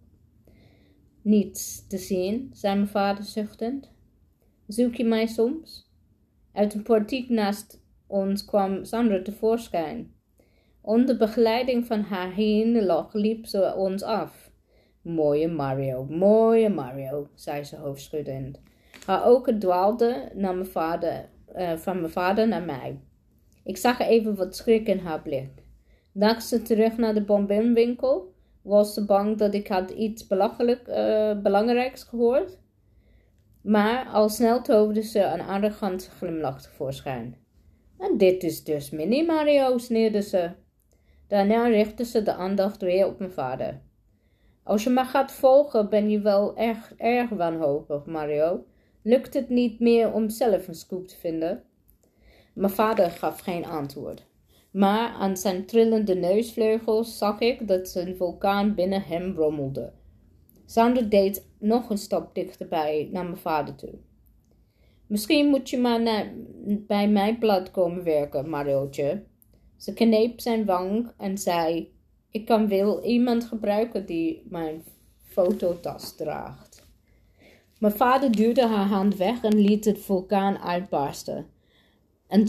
Niets te zien, zei mijn vader zuchtend. Zoek je mij soms? Uit een portiek naast ons kwam Sandra tevoorschijn. Onder begeleiding van haar hyenenlach liep ze ons af. Mooie Mario, zei ze hoofdschuddend. Haar ogen dwaalden naar van mijn vader naar mij. Ik zag even wat schrik in haar blik. Dacht ze terug naar de bonbonwinkel? Was ze bang dat ik had iets belangrijks gehoord? Maar al snel toverde ze een arrogante glimlach tevoorschijn. En dit is dus Mini Mario, sneerde ze. Daarna richtte ze de aandacht weer op mijn vader. Als je me gaat volgen, ben je wel erg wanhopig, Mario. Lukt het niet meer om zelf een scoop te vinden? Mijn vader gaf geen antwoord. Maar aan zijn trillende neusvleugels zag ik dat zijn vulkaan binnen hem rommelde. Sander deed nog een stap dichterbij naar mijn vader toe. Misschien moet je maar bij mijn blad komen werken, Mariootje. Ze kneep zijn wang en zei, ik kan wel iemand gebruiken die mijn fototas draagt. Mijn vader duwde haar hand weg en liet het vulkaan uitbarsten. Een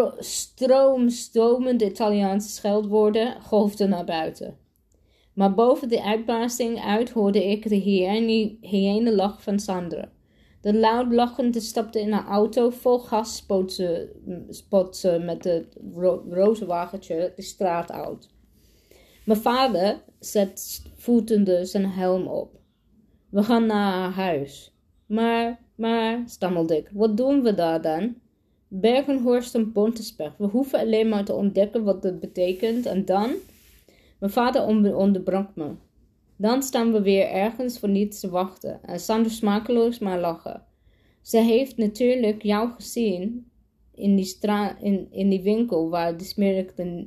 stromende Italiaanse scheldwoorden golfden naar buiten. Maar boven de uitbarsting uit hoorde ik de hyänenlach van Sandra. De luid lachende stapte in haar auto, vol gas spot ze met het roze wagentje de straat uit. Mijn vader zet voetende zijn helm op. We gaan naar haar huis. Maar, stammelde ik, wat doen we daar dan? Berkenhorst en Bontesberg. We hoeven alleen maar te ontdekken wat dat betekent en dan... Mijn vader onderbrak me. Dan staan we weer ergens voor niets te wachten en Sander smakeloos maar lachen. Ze heeft natuurlijk jou gezien in die winkel waar de smerig de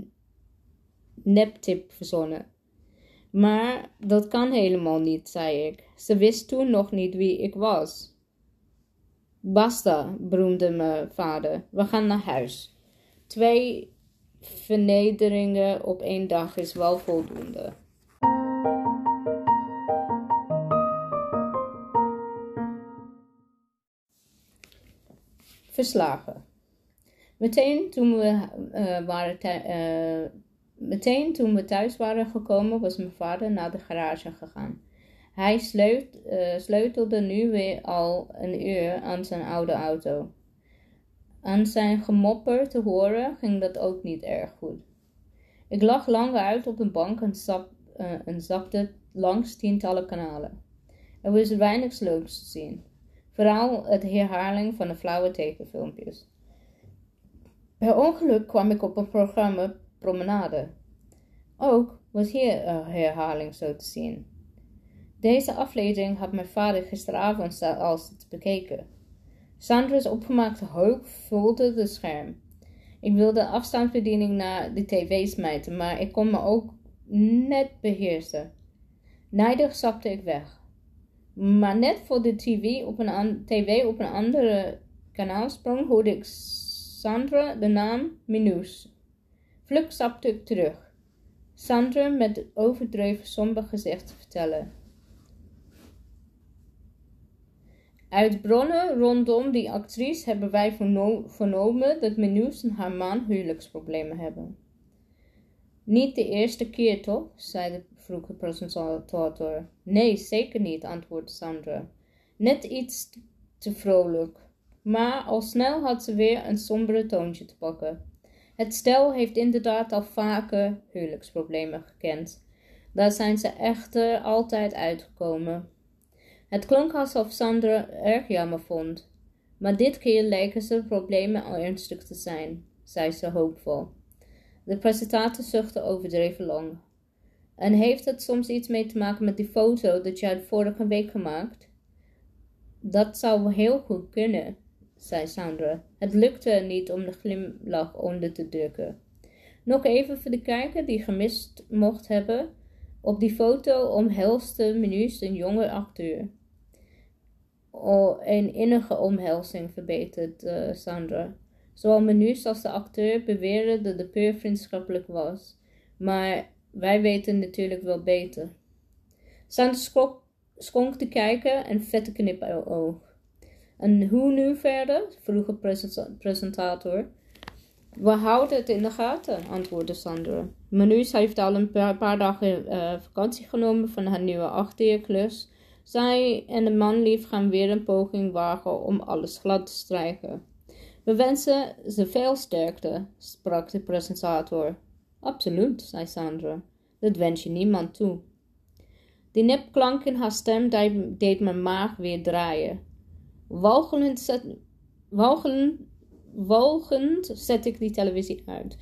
neptip verzonnen. Maar dat kan helemaal niet, zei ik. Ze wist toen nog niet wie ik was. Basta, bromde mijn vader. We gaan naar huis. 2 vernederingen op 1 dag is wel voldoende. Verslagen. Meteen toen we thuis waren gekomen, was mijn vader naar de garage gegaan. Hij sleutelde nu weer al een uur aan zijn oude auto. Aan zijn gemopper te horen ging dat ook niet erg goed. Ik lag lang uit op een bank en zapte langs tientallen kanalen. Er was weinig leuks te zien. Vooral het herhaling van de flauwe tekenfilmpjes. Per ongeluk kwam ik op een programma Promenade. Ook was hier een herhaling zo te zien. Deze aflevering had mijn vader gisteravond al bekeken. Sandra's opgemaakte hoofd vulde het scherm. Ik wilde de afstandsbediening naar de tv smijten, maar ik kon me ook net beheersen. Nijdig stapte ik weg. Maar net voor de tv op een andere kanaal sprong, hoorde ik Sandra de naam Minous. Vlug stapte ik terug. Sandra met overdreven somber gezicht vertellen. Uit bronnen rondom die actrice hebben wij vernomen dat Minous en haar man huwelijksproblemen hebben. Niet de eerste keer toch? vroeg de presentator. Nee, zeker niet, antwoordde Sandra. Net iets te vrolijk. Maar al snel had ze weer een sombere toontje te pakken. Het stel heeft inderdaad al vaker huwelijksproblemen gekend. Daar zijn ze echter altijd uitgekomen. Het klonk alsof Sandra erg jammer vond. Maar dit keer lijken ze problemen ernstig te zijn, zei ze hoopvol. De presentator zuchtte overdreven lang. En heeft het soms iets mee te maken met die foto dat je uit vorige week gemaakt? Dat zou heel goed kunnen, zei Sandra. Het lukte er niet om de glimlach onder te drukken. Nog even voor de kijker die gemist mocht hebben. Op die foto omhelste Minous een jonge acteur. Een innige omhelzing, verbeterde Sandra. Zowel Minous als de acteur beweerden dat de peur vriendschappelijk was. Maar wij weten natuurlijk wel beter. Sandra schonk de kijker een vette knipoog. En hoe nu verder? vroeg de presentator. We houden het in de gaten, antwoordde Sandra. Minous heeft al een paar dagen vakantie genomen van haar nieuwe acteerklus. Zij en de manlief gaan weer een poging wagen om alles glad te strijken. We wensen ze veel sterkte, sprak de presentator. Absoluut, zei Sandra. Dat wens je niemand toe. Die nepklank in haar stem deed mijn maag weer draaien. Walgend zette ik die televisie uit.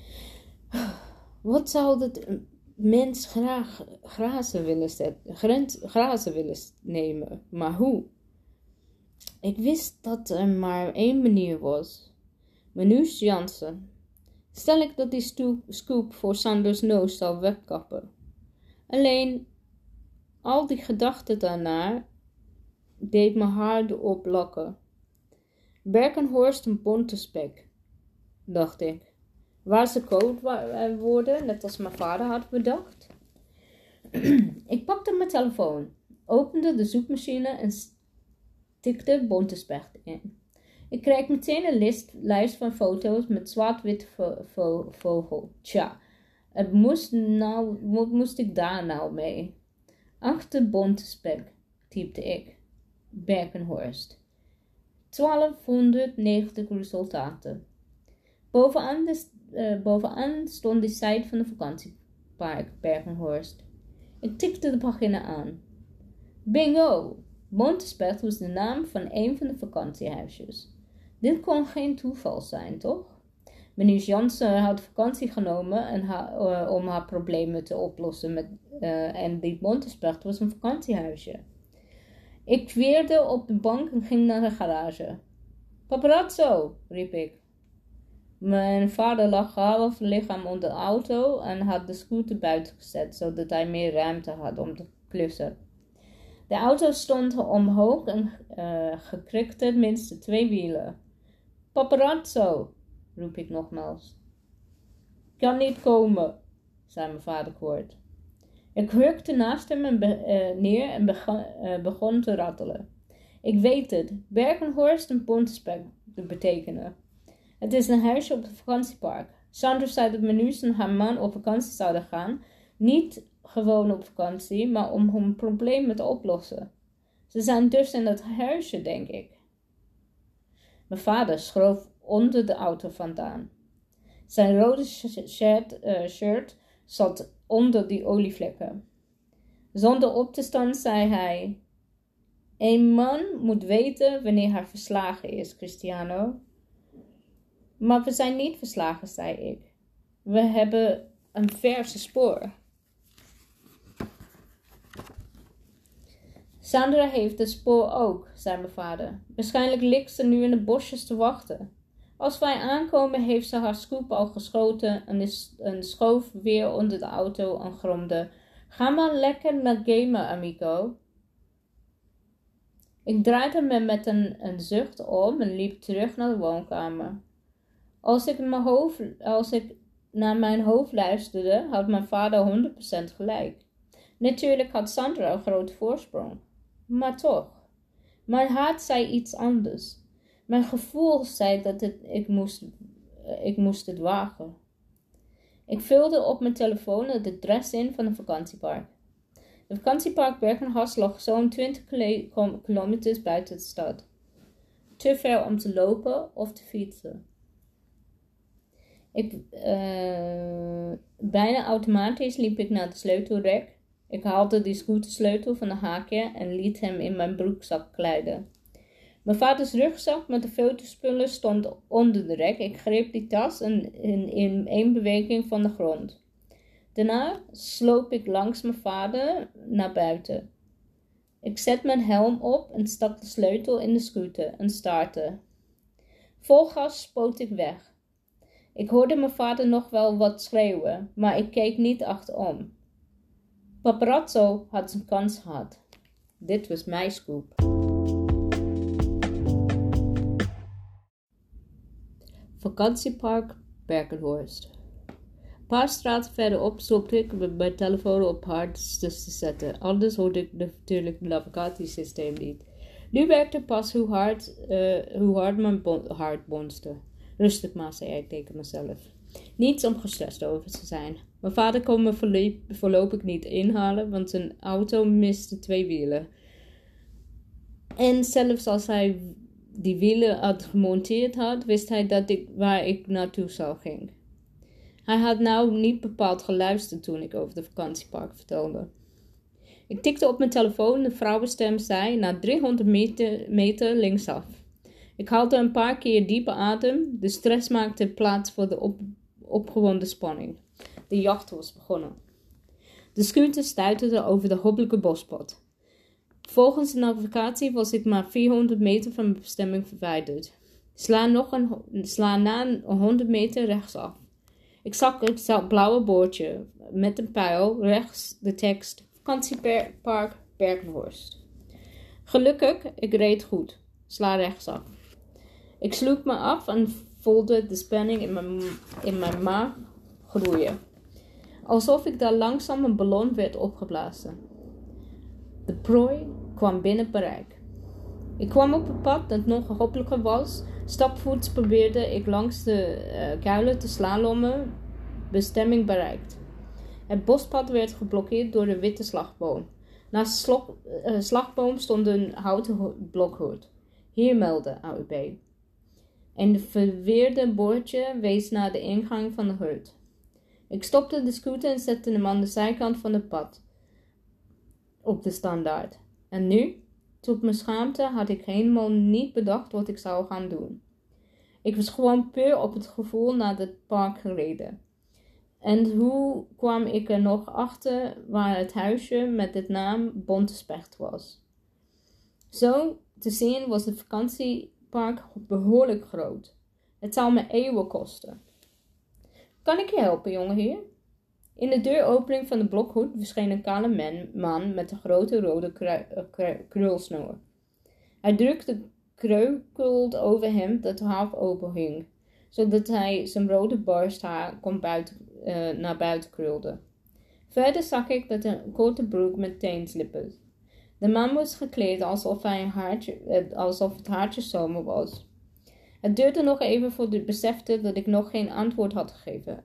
Wat zou dat mens graag grazen willen nemen, maar hoe? Ik wist dat er maar 1 manier was. Minous Jansen. Stel ik dat die scoop voor Sandra's neus zou wegkappen. Alleen, al die gedachten daarna deed mijn haar oplokken. Berkenhorst een bonte spek, dacht ik. Waar ze codewoorden, net als mijn vader had bedacht. Ik pakte mijn telefoon, opende de zoekmachine en tikte bonte spek in. Ik kreeg meteen een lijst van foto's met zwart-wit vogel. Tja, wat moest ik daar nou mee? Achter bonte spek, typte ik. Berkenhorst. 1290 resultaten. Bovenaan stond de site van de vakantiepark Berkenhorst. Ik tikte de pagina aan. Bingo! Bontespet was de naam van een van de vakantiehuisjes. Dit kon geen toeval zijn, toch? Meneer Jansen had vakantie genomen om haar problemen te oplossen en die Bontespet was een vakantiehuisje. Ik kweerde op de bank en ging naar de garage. Paparazzo, riep ik. Mijn vader lag half lichaam onder de auto en had de scooter buiten gezet, zodat hij meer ruimte had om te klussen. De auto stond omhoog en gekrikte minstens 2 wielen. Paparazzo, roep ik nogmaals. Kan niet komen, zei mijn vader kort. Ik hurkte naast hem neer en begon te rattelen. Ik weet het, Bergenhorst en Bontespek te betekenen. Het is een huisje op het vakantiepark. Sandra zei dat Manus en haar man op vakantie zouden gaan. Niet gewoon op vakantie, maar om hun problemen te oplossen. Ze zijn dus in dat huisje, denk ik. Mijn vader schoof onder de auto vandaan. Zijn rode shirt zat onder die olievlekken. Zonder op te staan zei hij: een man moet weten wanneer hij verslagen is, Cristiano. Maar we zijn niet verslagen, zei ik. We hebben een verse spoor. Sandra heeft het spoor ook, zei mijn vader. Waarschijnlijk ligt ze nu in de bosjes te wachten. Als wij aankomen heeft ze haar scoop al geschoten en schoof weer onder de auto en gromde: ga maar lekker naar gamen, amico. Ik draaide me met een zucht om en liep terug naar de woonkamer. Als ik naar mijn hoofd luisterde, had mijn vader 100% gelijk. Natuurlijk had Sandra een grote voorsprong. Maar toch. Mijn hart zei iets anders. Mijn gevoel zei dat ik moest het wagen. Ik vulde op mijn telefoon het adres in van een vakantiepark. Het vakantiepark Bergenhorst lag zo'n 20 kilometers buiten de stad. Te ver om te lopen of te fietsen. Bijna automatisch liep ik naar de sleutelrek. Ik haalde die scootersleutel van de haakje en liet hem in mijn broekzak kleiden. Mijn vaders rugzak met de fotospullen stond onder de rek. Ik greep die tas in één beweging van de grond. Daarna sloop ik langs mijn vader naar buiten. Ik zet mijn helm op en stak de sleutel in de scooter en startte. Vol gas spoot ik weg. Ik hoorde mijn vader nog wel wat schreeuwen, maar ik keek niet achterom. Paparazzo had zijn kans gehad. Dit was mijn scoop. Vakantiepark Bergenhorst. Een paar straten verderop stopte ik mijn telefoon op hard te zetten. Anders hoorde ik natuurlijk het navigatiesysteem niet. Nu werkte pas hoe hard mijn hart bonste. Rustig maar, zei ik tegen mezelf. Niets om gestrest over te zijn. Mijn vader kon me voorlopig niet inhalen, want zijn auto miste 2 wielen. En zelfs als hij die wielen had gemonteerd had, wist hij waar ik naartoe zou ging. Hij had nou niet bepaald geluisterd toen ik over de vakantiepark vertelde. Ik tikte op mijn telefoon en de vrouwenstem zei: na 300 meter linksaf. Ik haalde een paar keer diepe adem. De stress maakte plaats voor de opgewonden spanning. De jacht was begonnen. De scooter stuiterde over de hobbelige bospad. Volgens de navigatie was ik maar 400 meter van mijn bestemming verwijderd. Sla na een 100 meter rechtsaf. Ik zag het blauwe bordje met een pijl rechts de tekst Vakantiepark Bergenhorst. Gelukkig, ik reed goed. Sla rechtsaf. Ik sloeg me af en voelde de spanning in mijn maag groeien. Alsof ik daar langzaam een ballon werd opgeblazen. De prooi kwam binnen bereik. Ik kwam op een pad dat nog hobbeliger was. Stapvoets probeerde ik langs de kuilen te slalommen. Bestemming bereikt. Het bospad werd geblokkeerd door een witte slagboom. Naast de slagboom stond een houten blokhut. Hier meldde AUB. En de verweerde bordje wees naar de ingang van de hut. Ik stopte de scooter en zette hem aan de zijkant van het pad. Op de standaard. En nu? Tot mijn schaamte had ik helemaal niet bedacht wat ik zou gaan doen. Ik was gewoon puur op het gevoel naar het park gereden. En hoe kwam ik er nog achter waar het huisje met de naam Bontespek was? Zo te zien was het vakantiepark behoorlijk groot. Het zou me eeuwen kosten. Kan ik je helpen, jongeheer? In de deuropening van de blokhoed verscheen een kale man met een grote rode krulsnoer. Hij drukte kreukeld over hem dat half open hing, zodat hij zijn rode borsthaar naar buiten krulde. Verder zag ik dat een korte broek met teenslippen. De man was gekleed alsof het haartje zomer was. Het duurde nog even voordat ik besefte dat ik nog geen antwoord had gegeven.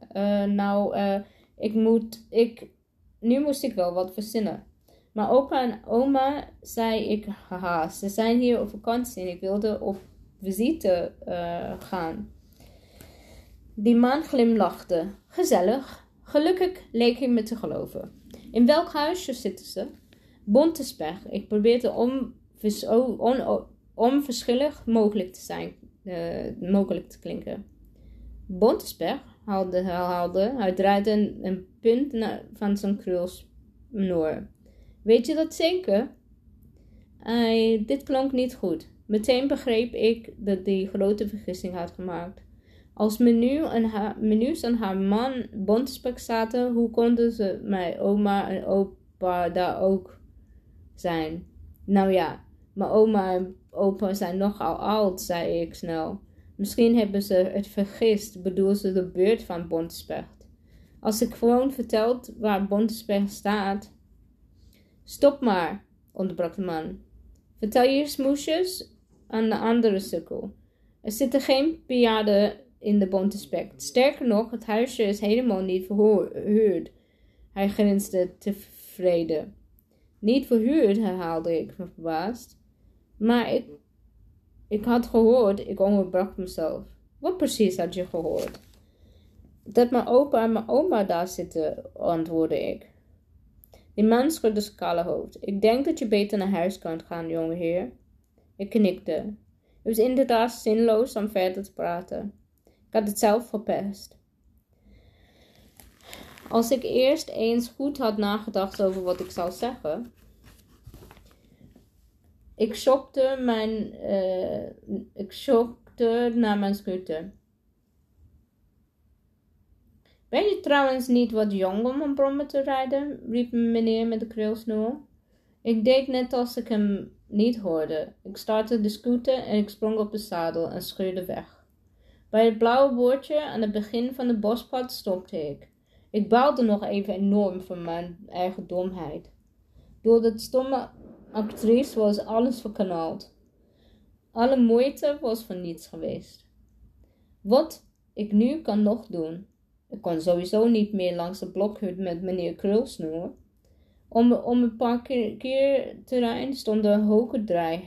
Nu moest ik wel wat verzinnen. Maar opa en oma, zei ik, haha, ze zijn hier op vakantie en ik wilde op visite gaan. Die man glimlachte. Gezellig. Gelukkig leek hij me te geloven. In welk huisje zitten ze? Bontespech. Ik probeerde onverschillig mogelijk te klinken. Bontespech, herhaalde. Hij draaide een punt van zijn krulsnoer. Weet je dat zeker? Dit klonk niet goed. Meteen begreep ik dat hij grote vergissing had gemaakt. Als menus aan haar man Bontespech zaten, hoe konden ze mijn oma en opa daar ook zijn? Nou ja, mijn oma en opa zijn nogal oud, zei ik snel. Misschien hebben ze het vergist, bedoel ze de buurt van Bontespech. Als ik gewoon verteld waar Bontespech staat. Stop maar, onderbrak de man. Vertel je smoesjes aan de andere sukkel. Er zitten geen bejaarden in de Bontespech. Sterker nog, het huisje is helemaal niet verhuurd. Hij grinste tevreden. Niet verhuurd, herhaalde ik verbaasd. Maar ik had gehoord, ik onderbrak mezelf. Wat precies had je gehoord? Dat mijn opa en mijn oma daar zitten, antwoordde ik. Die man schudde zijn kale hoofd. Ik denk dat je beter naar huis kan gaan, jongeheer. Ik knikte. Het was inderdaad zinloos om verder te praten. Ik had het zelf verpest. Als ik eerst eens goed had nagedacht over wat ik zou zeggen. Ik schokte naar mijn scooter. Ben je trouwens niet wat jong om een brommer te rijden? Riep meneer met de krulsnoer. Ik deed net als ik hem niet hoorde. Ik startte de scooter en ik sprong op de zadel en scheurde weg. Bij het blauwe bordje aan het begin van de bospad stopte ik. Ik baalde nog even enorm van mijn eigen domheid. Door dat stomme actrice was alles verknald. Alle moeite was voor niets geweest. Wat ik nu kan nog doen. Ik kon sowieso niet meer langs de blokhut met meneer Krulsnoer. Om het parkeerterrein stond een hoge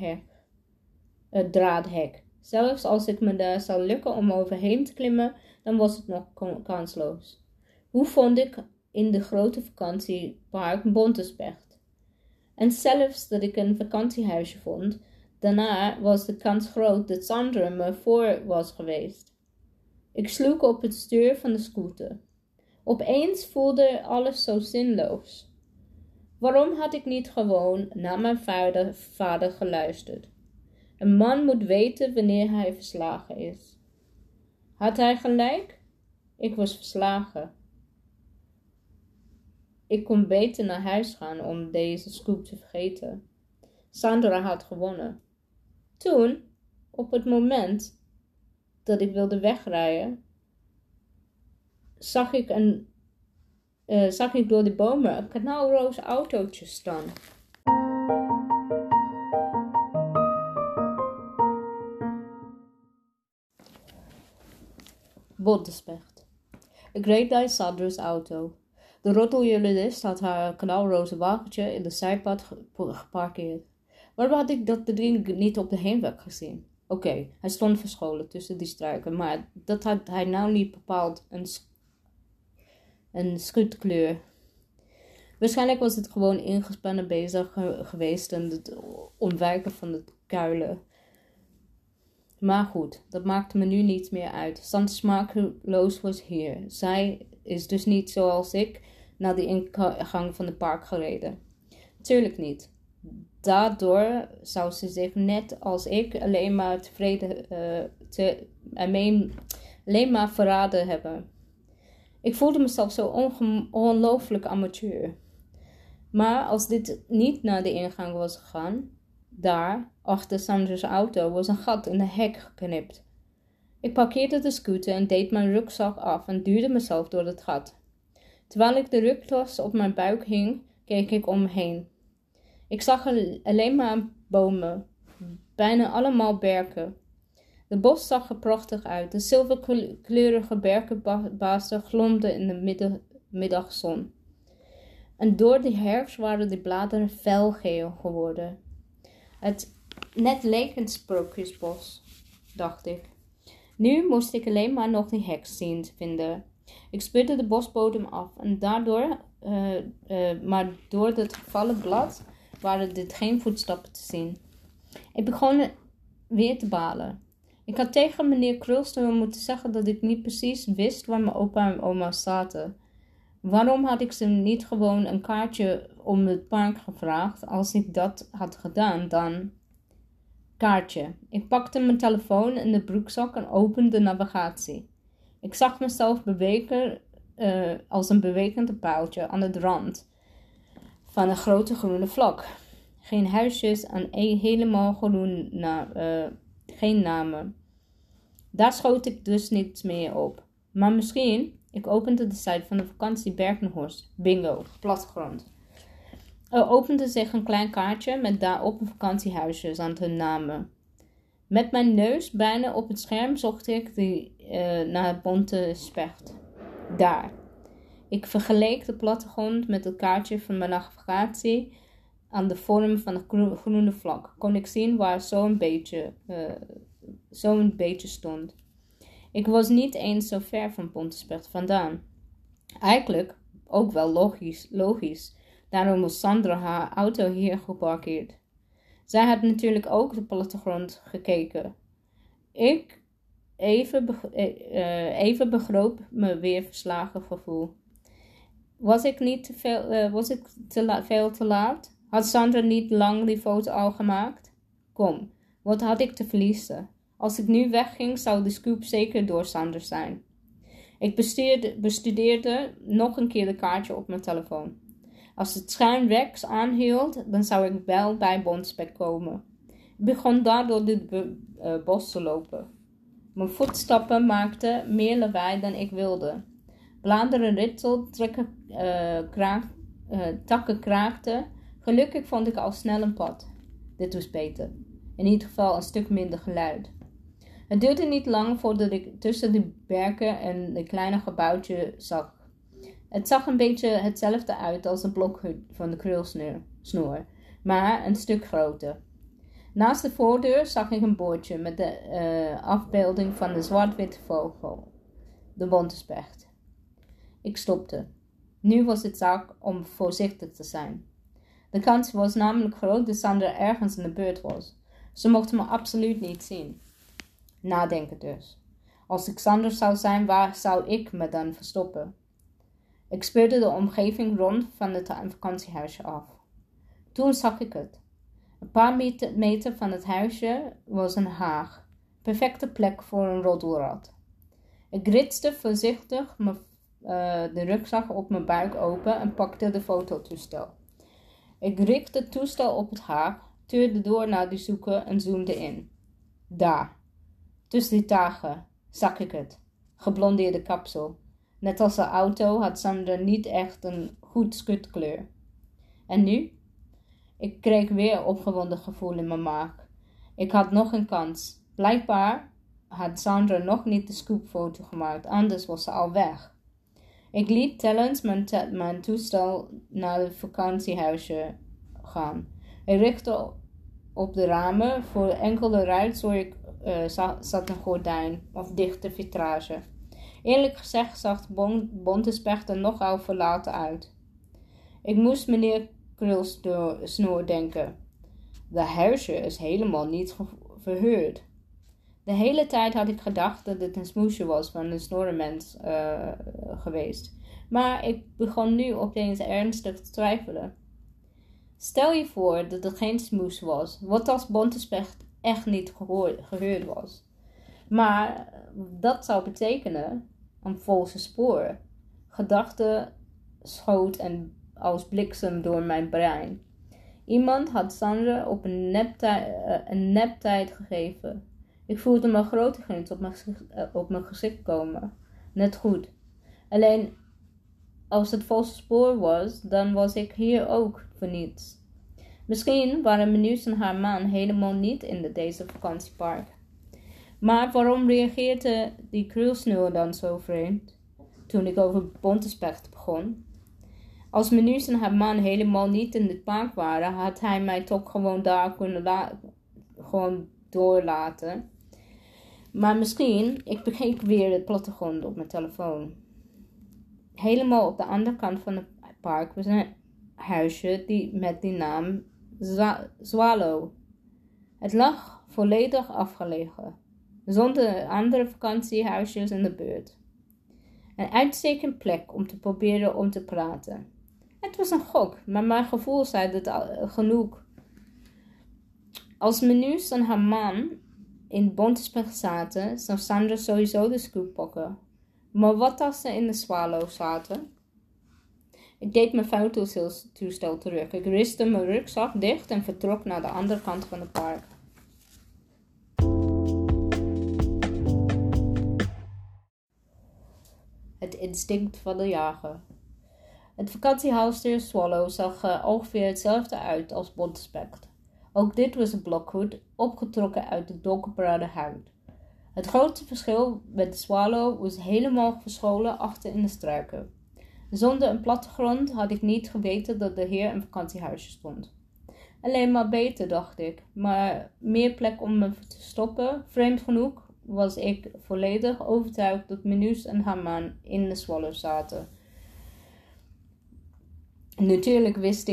draadhek. Zelfs als ik me daar zou lukken om overheen te klimmen, dan was het nog kansloos. Hoe vond ik in de grote vakantiepark Bontespech? En zelfs dat ik een vakantiehuisje vond, daarna was de kans groot dat Sandra me voor was geweest. Ik sloeg op het stuur van de scooter. Opeens voelde alles zo zinloos. Waarom had ik niet gewoon naar mijn vader geluisterd? Een man moet weten wanneer hij verslagen is. Had hij gelijk? Ik was verslagen. Ik kon beter naar huis gaan om deze scoop te vergeten. Sandra had gewonnen. Toen, op het moment dat ik wilde wegrijden, zag ik door de bomen een knalroze autootje staan. Bontespech. Ik reed naar Sandra's auto. De roddeljournalist had haar knalroze wagentje in de zijpad geparkeerd. Waarom had ik dat ding niet op de heenweg gezien? Oké, hij stond verscholen tussen die struiken, maar dat had hij nou niet bepaald een schutkleur. Waarschijnlijk was het gewoon ingespannen bezig geweest en het ontwijken van de kuilen. Maar goed, dat maakte me nu niet meer uit. Sandra smakeloos was hier. Zij is dus niet zoals ik naar de ingang van het park gereden. Tuurlijk niet. daardoor zou ze zich net als ik alleen maar alleen maar verraden hebben. Ik voelde mezelf zo ongelooflijk amateur. Maar als dit niet naar de ingang was gegaan, daar, achter Sandra's auto, was een gat in de hek geknipt. Ik parkeerde de scooter en deed mijn rugzak af en duwde mezelf door het gat. Terwijl ik de rugtas op mijn buik hing, keek ik om me heen. Ik zag alleen maar bomen, bijna allemaal berken. De bos zag er prachtig uit. De zilverkleurige berkenbazen glomden in de middagzon. En door de herfst waren de bladeren felgeel geworden. Het net leek een sprookjesbos, dacht ik. Nu moest ik alleen maar nog die heks zien te vinden. Ik spuurde de bosbodem af en maar door het gevallen blad waren dit geen voetstappen te zien. Ik begon weer te balen. Ik had tegen meneer Krulsnoer moeten zeggen dat ik niet precies wist waar mijn opa en oma zaten. Waarom had ik ze niet gewoon een kaartje om het park gevraagd? Als ik dat had gedaan, dan... Kaartje. Ik pakte mijn telefoon in de broekzak en opende de navigatie. Ik zag mezelf bewegen als een bewegend paaltje aan de rand van een grote groene vlak. Geen huisjes en helemaal groen, geen namen. Daar schoot ik dus niets meer op. Maar misschien, ik opende de site van de vakantie Bergenhorst. Bingo, plattegrond. Er opende zich een klein kaartje met daarop een vakantiehuisjes aan hun namen. Met mijn neus bijna op het scherm zocht ik naar het bonte specht. Daar. Ik vergeleek de plattegrond met het kaartje van mijn navigatie aan de vorm van een groene vlak. Kon ik zien waar zo'n beetje stond. Ik was niet eens zo ver van Pontespecht vandaan. Eigenlijk ook wel logisch. Daarom was Sandra haar auto hier geparkeerd. Zij had natuurlijk ook de plattegrond gekeken. Ik even begroop me weer verslagen gevoel. Was ik veel te laat? Had Sandra niet lang die foto al gemaakt? Kom, wat had ik te verliezen? Als ik nu wegging, zou de scoop zeker door Sandra zijn. Ik bestudeerde nog een keer de kaartje op mijn telefoon. Als het scherm rechts aanhield, dan zou ik wel bij Bonspek komen. Ik begon daar door het bos te lopen. Mijn voetstappen maakten meer lawaai dan ik wilde. Bladeren ritselden, takken kraakten. Gelukkig vond ik al snel een pad. Dit was beter. In ieder geval een stuk minder geluid. Het duurde niet lang voordat ik tussen de berken en een kleine gebouwtje zag. Het zag een beetje hetzelfde uit als een blokhut van de Krulsnoer, maar een stuk groter. Naast de voordeur zag ik een bordje met de afbeelding van de zwart-witte vogel, de bontespecht. Ik stopte. Nu was het zaak om voorzichtig te zijn. De kans was namelijk groot dat Sandra ergens in de buurt was. Ze mocht me absoluut niet zien. Nadenken dus. Als ik Sandra zou zijn, waar zou ik me dan verstoppen? Ik speurde de omgeving rond van het vakantiehuisje af. Toen zag ik het. Een paar meter van het huisje was een haag. Perfecte plek voor een roddelrad. Ik ritste voorzichtig de rugzak op mijn buik open en pakte de fototoestel. Ik richtte het toestel op het haag, tuurde door naar die zoeken en zoomde in. Daar. Tussen die tagen zag ik het. Geblondeerde kapsel. Net als de auto had Sandra niet echt een goed schutkleur. En nu? Ik kreeg weer opgewonden gevoel in mijn maag. Ik had nog een kans. Blijkbaar had Sandra nog niet de scoopfoto gemaakt, anders was ze al weg. Ik liet telkens mijn toestel naar het vakantiehuisje gaan. Ik richtte op de ramen. Voor enkele ruit zat een gordijn of dichte vitrage. Eerlijk gezegd zag Bontespecht er nogal verlaten uit. Ik moest meneer Krulsnoer denken. De huisje is helemaal niet verhuurd. De hele tijd had ik gedacht dat het een smoesje was van een snorremens geweest. Maar ik begon nu opeens ernstig te twijfelen. Stel je voor dat het geen smoes was, wat als Bontespecht echt niet gehoord was. Maar dat zou betekenen een valse spoor. Gedachten schoot en als bliksem door mijn brein. Iemand had Sandra op een neptijd gegeven. Ik voelde mijn grote gunst op mijn gezicht komen. Net goed. Alleen, als het valse spoor was, dan was ik hier ook voor niets. Misschien waren Menu's en haar man helemaal niet in deze vakantiepark. Maar waarom reageerde die krulsnoer dan zo vreemd? Toen ik over Bontespecht begon. Als Menu's en haar man helemaal niet in het park waren, had hij mij toch gewoon daar kunnen doorlaten. Maar misschien, ik bekeek weer het plattegrond op mijn telefoon. Helemaal op de andere kant van het park was een huisje met die naam Swallow. Het lag volledig afgelegen, zonder andere vakantiehuisjes in de buurt. Een uitstekende plek om te proberen om te praten. Het was een gok, maar mijn gevoel zei het genoeg. Als Menu's en haar man in Bontespecht zaten, zou Sandra sowieso de scoop pakken. Maar wat als ze in de Swallow zaten? Ik deed mijn fototoestel terug. Ik ristte mijn rugzak dicht en vertrok naar de andere kant van het park. Het instinct van de jager. Het vakantiehuis Swallow zag ongeveer hetzelfde uit als Bontespecht. Ook dit was een blokhoed, opgetrokken uit de donkerbruine huid. Het grootste verschil met de Swallow was helemaal verscholen achter in de struiken. Zonder een plattegrond had ik niet geweten dat er hier een vakantiehuisje stond. Alleen maar beter, dacht ik, maar meer plek om me te stoppen. Vreemd genoeg was ik volledig overtuigd dat Menu's en haar man in de Swallow zaten. Natuurlijk wist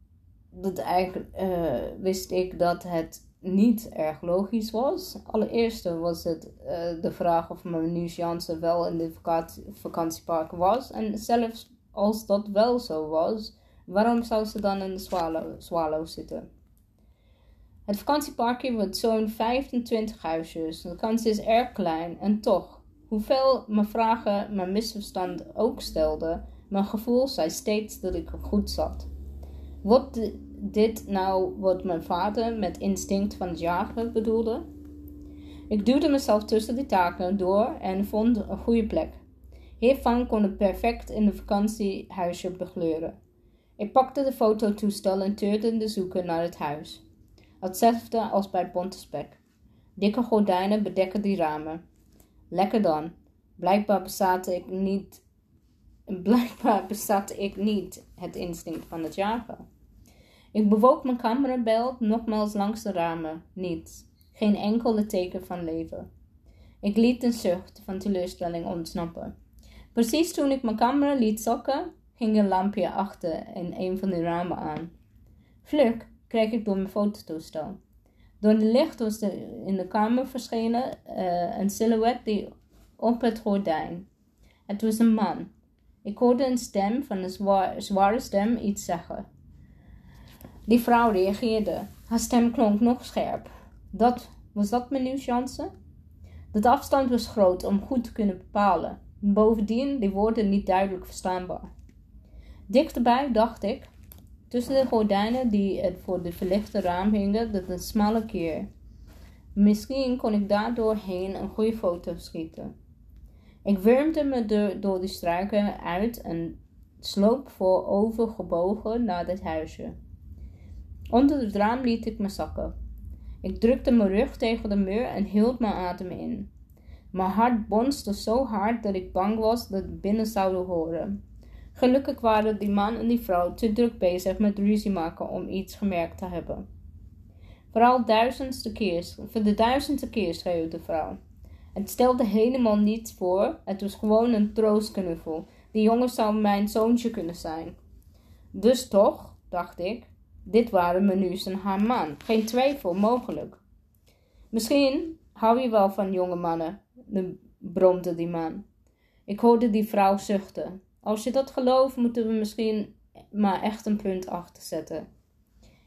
ik dat het niet erg logisch was. Allereerst was het de vraag of Menu's Jansen wel in dit vakantiepark was. En zelfs als dat wel zo was, waarom zou ze dan in de Swallow zitten? Het vakantieparkje wordt zo'n 25 huisjes. De kans is erg klein en toch, hoeveel mijn vragen mijn misverstand ook stelden, mijn gevoel zei steeds dat ik goed zat. Wat dit nou wat mijn vader met instinct van het jagen bedoelde? Ik duwde mezelf tussen die taken door en vond een goede plek. Hiervan kon ik perfect in de vakantiehuisje begleuren. Ik pakte de fototoestel en tuurde de zoeken naar het huis. Hetzelfde als bij Bontespecht. Dikke gordijnen bedekken die ramen. Lekker dan. Blijkbaar bezat ik niet het instinct van het jagen. Ik bewoog mijn camerabeeld nogmaals langs de ramen. Niets. Geen enkele teken van leven. Ik liet een zucht van teleurstelling ontsnappen. Precies toen ik mijn camera liet zakken, ging een lampje achter in een van de ramen aan. Vlug kreeg ik door mijn fototoestel. Door de licht was er in de kamer verschenen een silhouet die op het gordijn. Het was een man. Ik hoorde een stem van een zware stem iets zeggen. Die vrouw reageerde. Haar stem klonk nog scherp. Was dat Menu's Jansen? De afstand was groot om goed te kunnen bepalen. Bovendien die woorden niet duidelijk verstaanbaar. Dichterbij dacht ik, tussen de gordijnen die voor de verlichte raam hingen, dat een smalle keer. Misschien kon ik daardoorheen een goede foto schieten. Ik wurmde me door de struiken uit en sloop voorover gebogen naar het huisje. Onder het raam liet ik me zakken. Ik drukte mijn rug tegen de muur en hield mijn adem in. Mijn hart bonste zo hard dat ik bang was dat het binnen zouden horen. Gelukkig waren die man en die vrouw te druk bezig met ruzie maken om iets gemerkt te hebben. Voor de duizendste keer schreeuwde de vrouw. Het stelde helemaal niets voor, het was gewoon een troostknuffel. Die jongen zou mijn zoontje kunnen zijn. Dus toch, dacht ik, dit waren Menu's en haar man, geen twijfel mogelijk. Misschien hou je wel van jonge mannen, bromde die man. Ik hoorde die vrouw zuchten. Als je dat gelooft, moeten we misschien maar echt een punt achter zetten.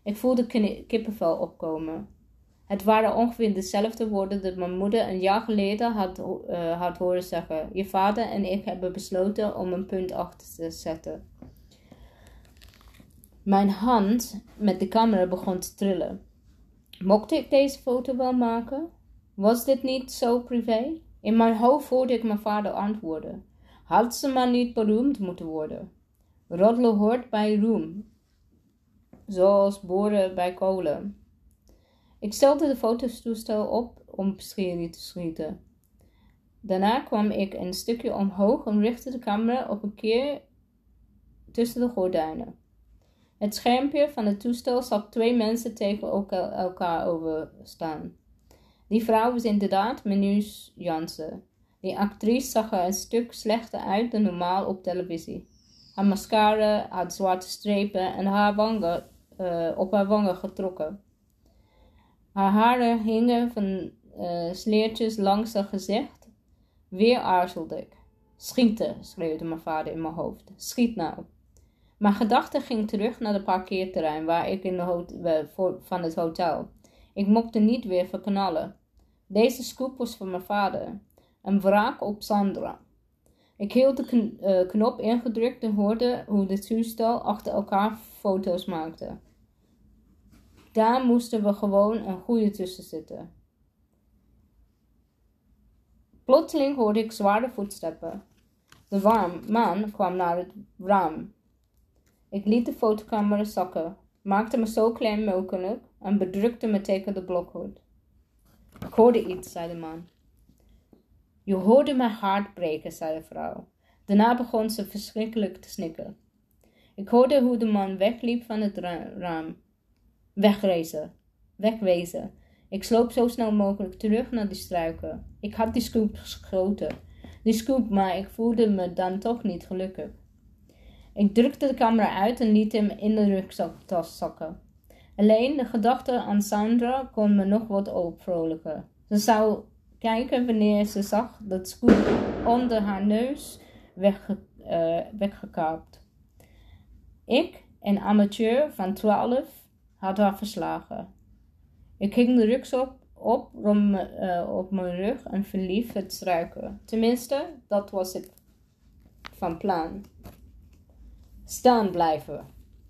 Ik voelde kippenvel opkomen. Het waren ongeveer dezelfde woorden dat mijn moeder een jaar geleden had horen zeggen. Je vader en ik hebben besloten om een punt achter te zetten. Mijn hand met de camera begon te trillen. Mocht ik deze foto wel maken? Was dit niet zo privé? In mijn hoofd hoorde ik mijn vader antwoorden. Had ze maar niet beroemd moeten worden. Roddelen hoort bij roem. Zoals boren bij kolen. Ik stelde de fototoestel op om serie te schieten. Daarna kwam ik een stukje omhoog en richtte de camera op een keer tussen de gordijnen. Het schermpje van het toestel zag 2 mensen tegen elkaar overstaan. Die vrouw was inderdaad Menus Jansen. Die actrice zag er een stuk slechter uit dan normaal op televisie. Haar mascara had zwarte strepen en op haar wangen getrokken. Haar haren hingen van sleertjes langs haar gezicht. Weer aarzelde ik. Schieten, schreeuwde mijn vader in mijn hoofd. Schiet nou. Mijn gedachte ging terug naar het parkeerterrein waar ik van het hotel. Ik mokte niet weer verknallen. Deze scoop was van mijn vader. Een wraak op Sandra. Ik hield de knop ingedrukt en hoorde hoe de toestel achter elkaar foto's maakte. Daar moesten we gewoon een goede tussen zitten. Plotseling hoorde ik zware voetstappen. De man kwam naar het raam. Ik liet de fotocamera zakken, maakte me zo klein mogelijk en bedrukte me tegen de blokhoed. Ik hoorde iets, zei de man. Je hoorde mijn hart breken, zei de vrouw. Daarna begon ze verschrikkelijk te snikken. Ik hoorde hoe de man wegliep van het raam. Wegwezen. Ik sloop zo snel mogelijk terug naar die struiken. Ik had die scoop geschoten. Maar ik voelde me dan toch niet gelukkig. Ik drukte de camera uit en liet hem in de rugtas zakken. Alleen de gedachte aan Sandra kon me nog wat opvrolijken. Ze zou kijken wanneer ze zag dat scoop onder haar neus weggekaapt. Ik, een amateur van 12, had haar verslagen. Ik hing de rugzak op mijn rug en verliet het struiken. Tenminste, dat was ik van plan. Staan blijven.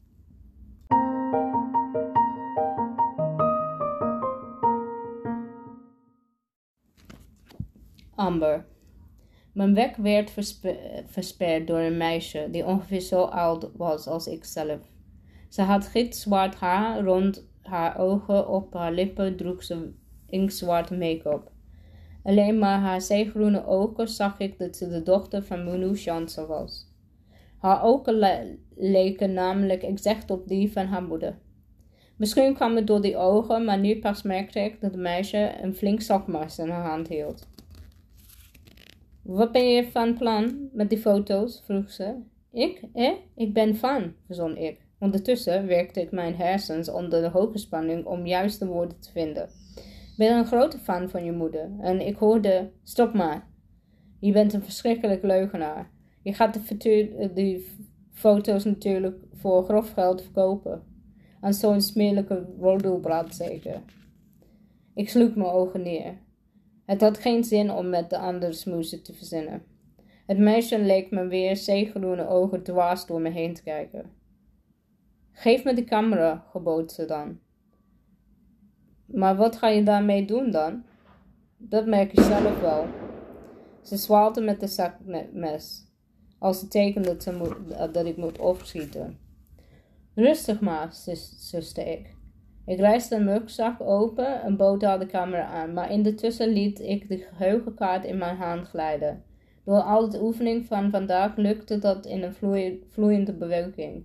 Amber. Mijn weg werd versperd door een meisje die ongeveer zo oud was als ik zelf. Ze had gitzwart haar, rond haar ogen, op haar lippen droeg ze inktzwarte make-up. Alleen maar haar zeegroene ogen zag ik dat ze de dochter van Menus Jansen was. Haar ogen leken namelijk exact op die van haar moeder. Misschien kwam het door die ogen, maar nu pas merkte ik dat het meisje een flink zakmes in haar hand hield. Wat ben je van plan met die foto's? Vroeg ze. Ik ben van, verzon ik. Ondertussen werkte ik mijn hersens onder de hoge spanning om juist de woorden te vinden. Ik ben een grote fan van je moeder en ik hoorde, stop maar. Je bent een verschrikkelijk leugenaar. Je gaat die foto's natuurlijk voor grof geld verkopen. Aan zo'n smerige roddelblad zeker. Ik sloeg mijn ogen neer. Het had geen zin om met de andere smoezen te verzinnen. Het meisje leek me weer zeegroene ogen dwars door me heen te kijken. Geef me de camera, gebood ze dan. Maar wat ga je daarmee doen dan? Dat merk je zelf wel. Ze zwaalde met de zakmes, als een teken dat ik moet opschieten. Rustig maar, zuste ik. Ik rijste mijn rugzak open en bood haar de camera aan, maar intussen liet ik de geheugenkaart in mijn hand glijden. Door al de oefening van vandaag lukte dat in een vloeiende beweging.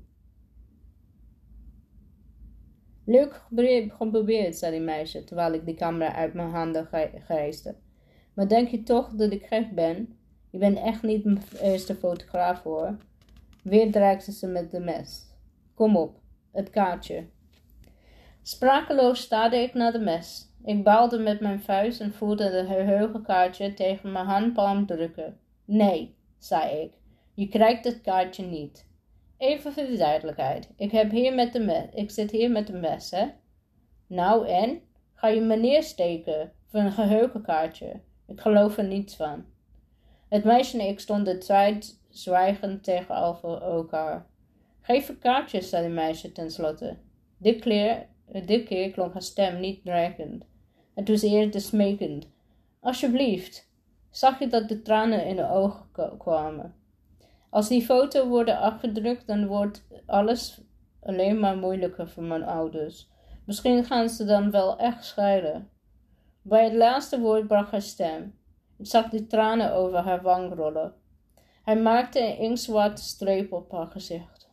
Leuk geprobeerd, zei die meisje, terwijl ik de camera uit mijn handen grijste. Maar denk je toch dat ik gek ben? Je bent echt niet mijn eerste fotograaf hoor. Weer dreigde ze met de mes. Kom op, het kaartje. Sprakeloos staarde ik naar de mes. Ik baalde met mijn vuist en voelde het geheugenkaartje tegen mijn handpalm drukken. Nee, zei ik, je krijgt het kaartje niet. even voor de duidelijkheid. Ik zit hier met de mes, hè? Nou en? Ga je me neersteken voor een geheugenkaartje? Ik geloof er niets van. Het meisje en ik stonden tijd zwijgend tegenover elkaar. Geef een kaartje, zei het meisje tenslotte. Dit keer klonk haar stem niet dreigend. Het was eerder smekend. Alsjeblieft. Zag je dat de tranen in de ogen kwamen? Als die foto wordt afgedrukt, dan wordt alles alleen maar moeilijker voor mijn ouders. Misschien gaan ze dan wel echt scheiden. Bij het laatste woord brak haar stem. Ik zag de tranen over haar wang rollen. Hij maakte een inktzwarte streep op haar gezicht.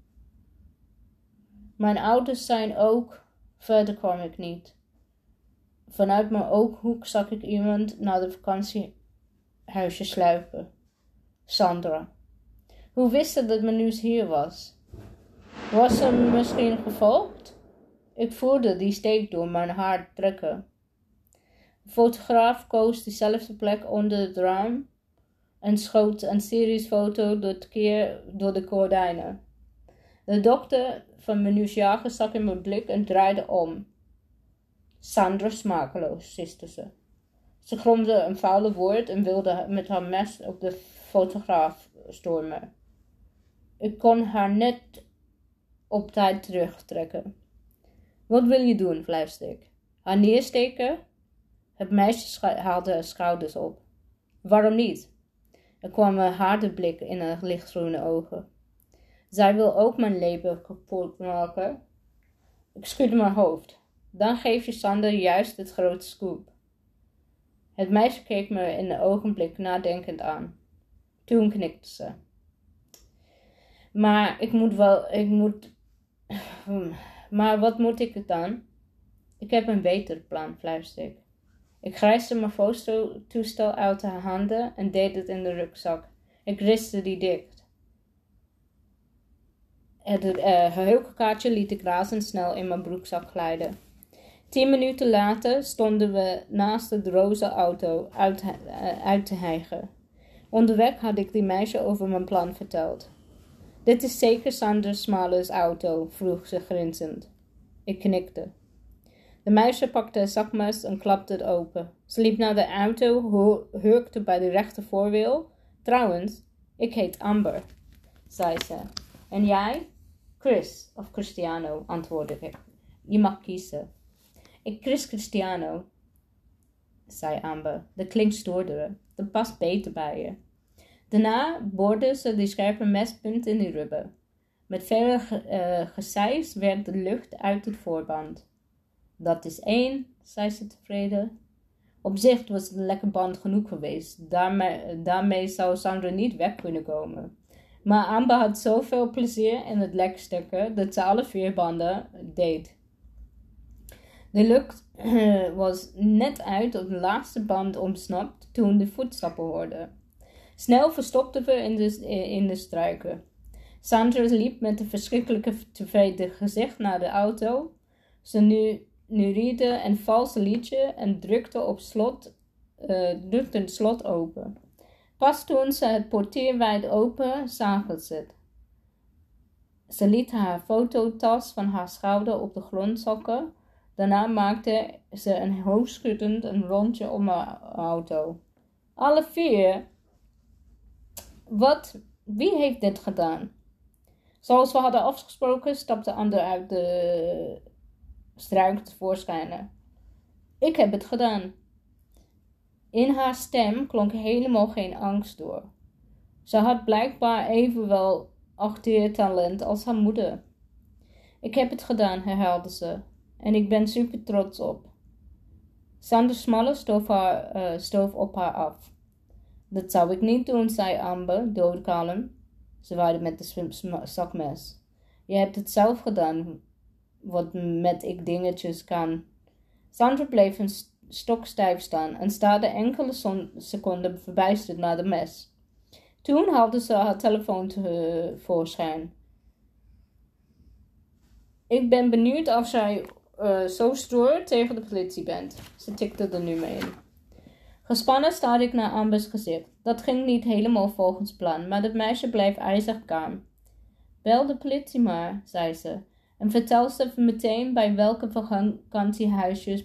Mijn ouders zijn ook. Verder kwam ik niet. Vanuit mijn ooghoek zag ik iemand naar de vakantiehuisje sluipen. Sandra. Hoe wist ze dat mijn nieuws hier was? Was ze misschien gevolgd? Ik voelde die steek door mijn haar trekken. De fotograaf koos dezelfde plek onder het raam en schoot een series foto door de gordijnen. De dokter van mijn nieuwsjager zag in mijn blik en draaide om. Sandra smakeloos, siste ze. Ze gromde een vuile woord en wilde met haar mes op de fotograaf stormen. Ik kon haar net op tijd terugtrekken. Wat wil je doen, fluisterde ik. Haar neersteken? Het meisje haalde haar schouders op. Waarom niet? Er kwam een harde blik in haar lichtgroene ogen. Zij wil ook mijn leven kapot maken. Ik schudde mijn hoofd. Dan geef je Sander juist het grote scoop. Het meisje keek me in een ogenblik nadenkend aan. Toen knikte ze. Maar wat moet ik dan? Ik heb een beter plan, fluisterde ik. Ik grijpte mijn fototoestel uit haar handen en deed het in de rugzak. Ik ristte die dicht. Het geheugenkaartje liet ik razendsnel in mijn broekzak glijden. 10 minuten later stonden we naast de roze auto uit te hijgen. Onderweg had ik die meisje over mijn plan verteld. Dit is zeker Sander Smaller's auto, vroeg ze grinzend. Ik knikte. De meisje pakte een zakmes en klapte het open. Ze liep naar de auto, hurkte bij de rechter voorwiel. Trouwens, ik heet Amber, zei ze. En jij? Chris of Cristiano, antwoordde ik. Je mag kiezen. Ik Chris Cristiano, zei Amber. Dat klinkt stoerder. Dat past beter bij je. Daarna boorde ze die scherpe mespunt in die rubber. Met vele gezeis werd de lucht uit het voorband. Dat is 1, zei ze tevreden. Op zich was het een lekker band genoeg geweest. Daarmee zou Sandra niet weg kunnen komen. Maar Amber had zoveel plezier in het lekstukken dat ze alle 4 banden deed. De lucht was net uit op de laatste band ontsnapt toen de voetstappen hoorden. Snel verstopten we in de struiken. Sandra liep met een verschrikkelijke tevreden gezicht naar de auto. Ze neuriede een valse liedje en drukte het slot open. Pas toen ze het portier wijd open, zagen ze het. Ze liet haar fototas van haar schouder op de grond zakken. Daarna maakte ze een hoofdschuddend een rondje om haar auto. Alle 4? Wat? Wie heeft dit gedaan? Zoals we hadden afgesproken, stapte Ander uit de struik tevoorschijn. Ik heb het gedaan. In haar stem klonk helemaal geen angst door. Ze had blijkbaar evenwel acteertalent als haar moeder. Ik heb het gedaan, herhaalde ze. En ik ben super trots op. Sander Smaller stoof op haar af. Dat zou ik niet doen, zei Amber, doodkalm. Ze waaide met de zakmes. Je hebt het zelf gedaan, wat met ik dingetjes kan. Sandra bleef een stokstijf staan en staarde enkele seconden verbijsterd naar de mes. Toen haalde ze haar telefoon tevoorschijn. Ik ben benieuwd of zij zo stoer tegen de politie bent. Ze tikte er nu mee in. Gespannen staarde ik naar Ambers gezicht. Dat ging niet helemaal volgens plan, maar het meisje bleef ijzig kalm. Bel de politie maar, zei ze. En vertel ze meteen bij welke vakantiehuisjes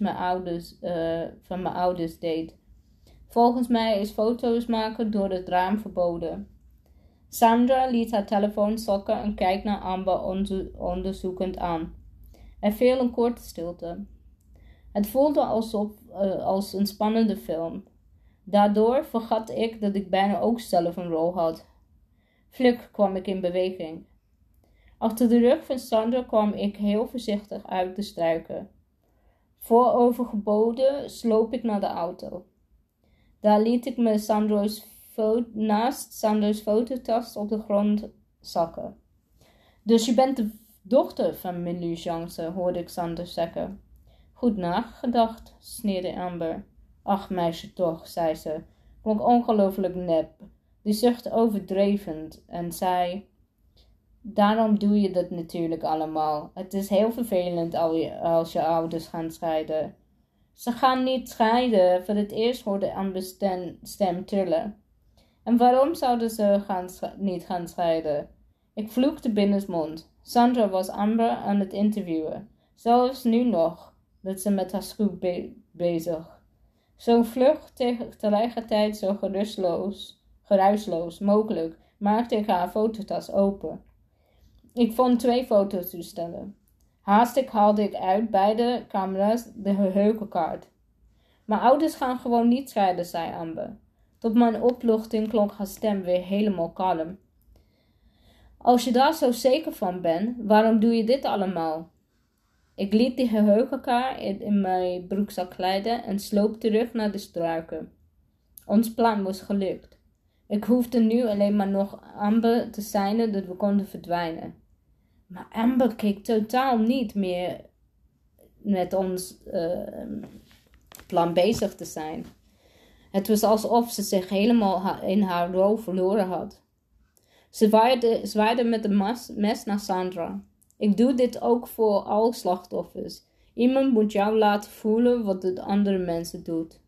van mijn ouders deed. Volgens mij is foto's maken door het raam verboden. Sandra liet haar telefoon sokken en keek naar Amber onderzoekend aan. Er viel een korte stilte. Het voelde als een spannende film. Daardoor vergat ik dat ik bijna ook zelf een rol had. Vlug kwam ik in beweging. Achter de rug van Sandra kwam ik heel voorzichtig uit de struiken. Voorovergebogen sloop ik naar de auto. Daar liet ik me naast Sandro's fototas op de grond zakken. Dus je bent de dochter van Melusance, hoorde ik Sandra zeggen. Goed nagedacht, sneerde Amber. Ach, meisje toch, zei ze. Klonk ongelooflijk nep. Die zuchtte overdrevend en zei... Daarom doe je dat natuurlijk allemaal. Het is heel vervelend als je ouders gaan scheiden. Ze gaan niet scheiden. Voor het eerst hoorde Amber's stem trillen. En waarom zouden ze niet gaan scheiden? Ik vloekte binnensmond. Sandra was Amber aan het interviewen. Zelfs nu nog, dat ze met haar scoop bezig. Zo vlug tegelijkertijd zo geruisloos mogelijk maakte ik haar fototas open. Ik vond 2 fototoestellen. Haastig haalde ik uit beide camera's de geheugenkaart. Mijn ouders gaan gewoon niet scheiden, zei Amber. Tot mijn opluchting klonk haar stem weer helemaal kalm. Als je daar zo zeker van bent, waarom doe je dit allemaal? Ik liet die geheugenkaart in mijn broekzak glijden en sloop terug naar de struiken. Ons plan was gelukt. Ik hoefde nu alleen maar nog Amber te seinen dat we konden verdwijnen. Maar Amber keek totaal niet meer met ons plan bezig te zijn. Het was alsof ze zich helemaal in haar rol verloren had. Ze zwaaide met een mes naar Sandra. Ik doe dit ook voor alle slachtoffers. Iemand moet jou laten voelen wat de andere mensen doet.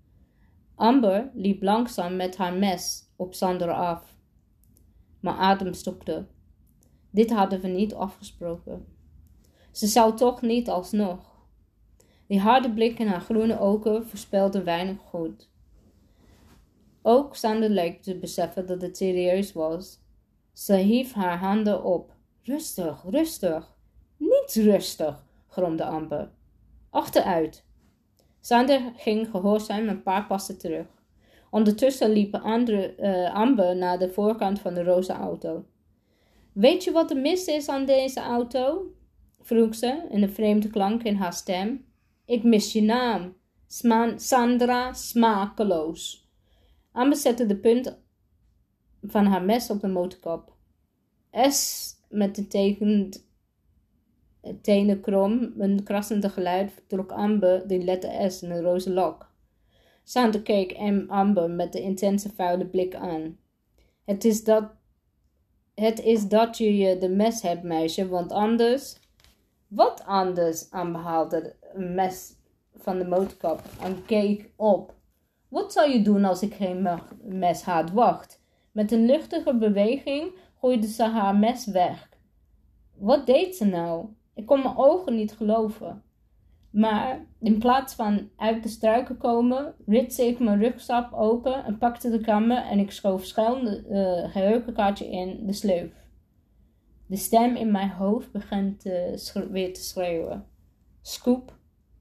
Amber liep langzaam met haar mes op Sandra af. Mijn adem stokte. Dit hadden we niet afgesproken. Ze zou toch niet alsnog. Die harde blik in haar groene ogen voorspelde weinig goed. Ook Sandra leek te beseffen dat het serieus was. Ze hief haar handen op. Rustig, rustig. Niet rustig, gromde Amber. Achteruit. Sandra ging gehoorzaam een paar passen terug. Ondertussen liep Amber naar de voorkant van de roze auto. Weet je wat er mis is aan deze auto? Vroeg ze in een vreemde klank in haar stem. Ik mis je naam. Sandra Smakeloos. Amber zette de punt van haar mes op de motorkap. S met de tenen krom, een krassende geluid vertrok Amber de letter S in een roze lok. Sandra keek Amber met de intense vuile blik aan. Het is dat je de mes hebt, meisje, want anders... Wat anders? Amber haalde een mes van de motorkap en keek op. Wat zou je doen als ik geen mes had? Wacht. Met een luchtige beweging gooide ze haar mes weg. Wat deed ze nou? Ik kon mijn ogen niet geloven. Maar in plaats van uit de struiken komen, ritste ik mijn rugzak open en pakte de kamer en ik schoof schuil het geheugenkaartje in de sleuf. De stem in mijn hoofd begon weer te schreeuwen. Scoop.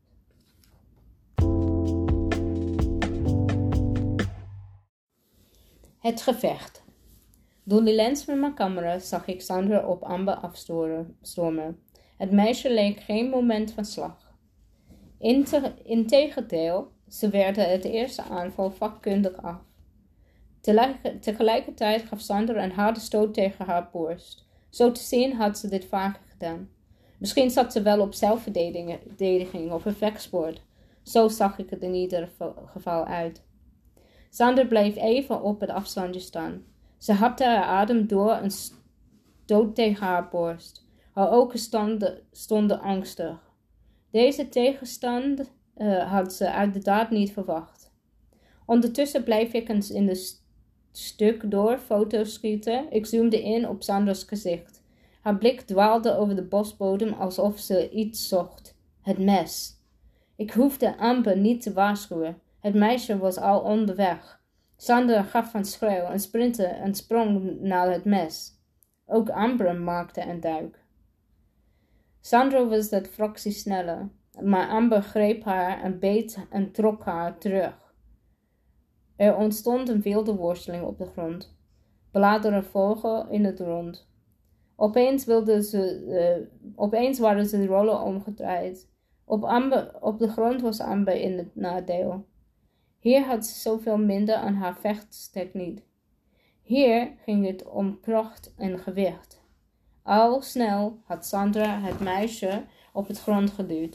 Het gevecht. Door de lens van mijn camera zag ik Sandra op Amber afstormen. Het meisje leek geen moment van slag. Integendeel, ze weerde het eerste aanval vakkundig af. Tegelijkertijd gaf Sandra een harde stoot tegen haar borst. Zo te zien had ze dit vaker gedaan. Misschien zat ze wel op zelfverdediging of een vechtsport. Zo zag ik het in ieder geval uit. Sandra bleef even op het afstandje staan. Ze hapte haar adem door en stoot tegen haar borst. Haar ogen stonden angstig. Deze tegenstand had ze uiteraard niet verwacht. Ondertussen bleef ik in de stuk door foto's schieten. Ik zoomde in op Sandra's gezicht. Haar blik dwaalde over de bosbodem alsof ze iets zocht. Het mes. Ik hoefde Amber niet te waarschuwen. Het meisje was al onderweg. Sandra gaf een schreeuw en sprintte en sprong naar het mes. Ook Amber maakte een duik. Sandra was dat fractie sneller, maar Amber greep haar en beet en trok haar terug. Er ontstond een wilde worsteling op de grond. Bladeren vlogen in het rond. Opeens waren ze de rollen omgedraaid. Op de grond was Amber in het nadeel. Hier had ze zoveel minder aan haar vechtstechniek. Hier ging het om kracht en gewicht. Al snel had Sandra het meisje op het grond geduwd.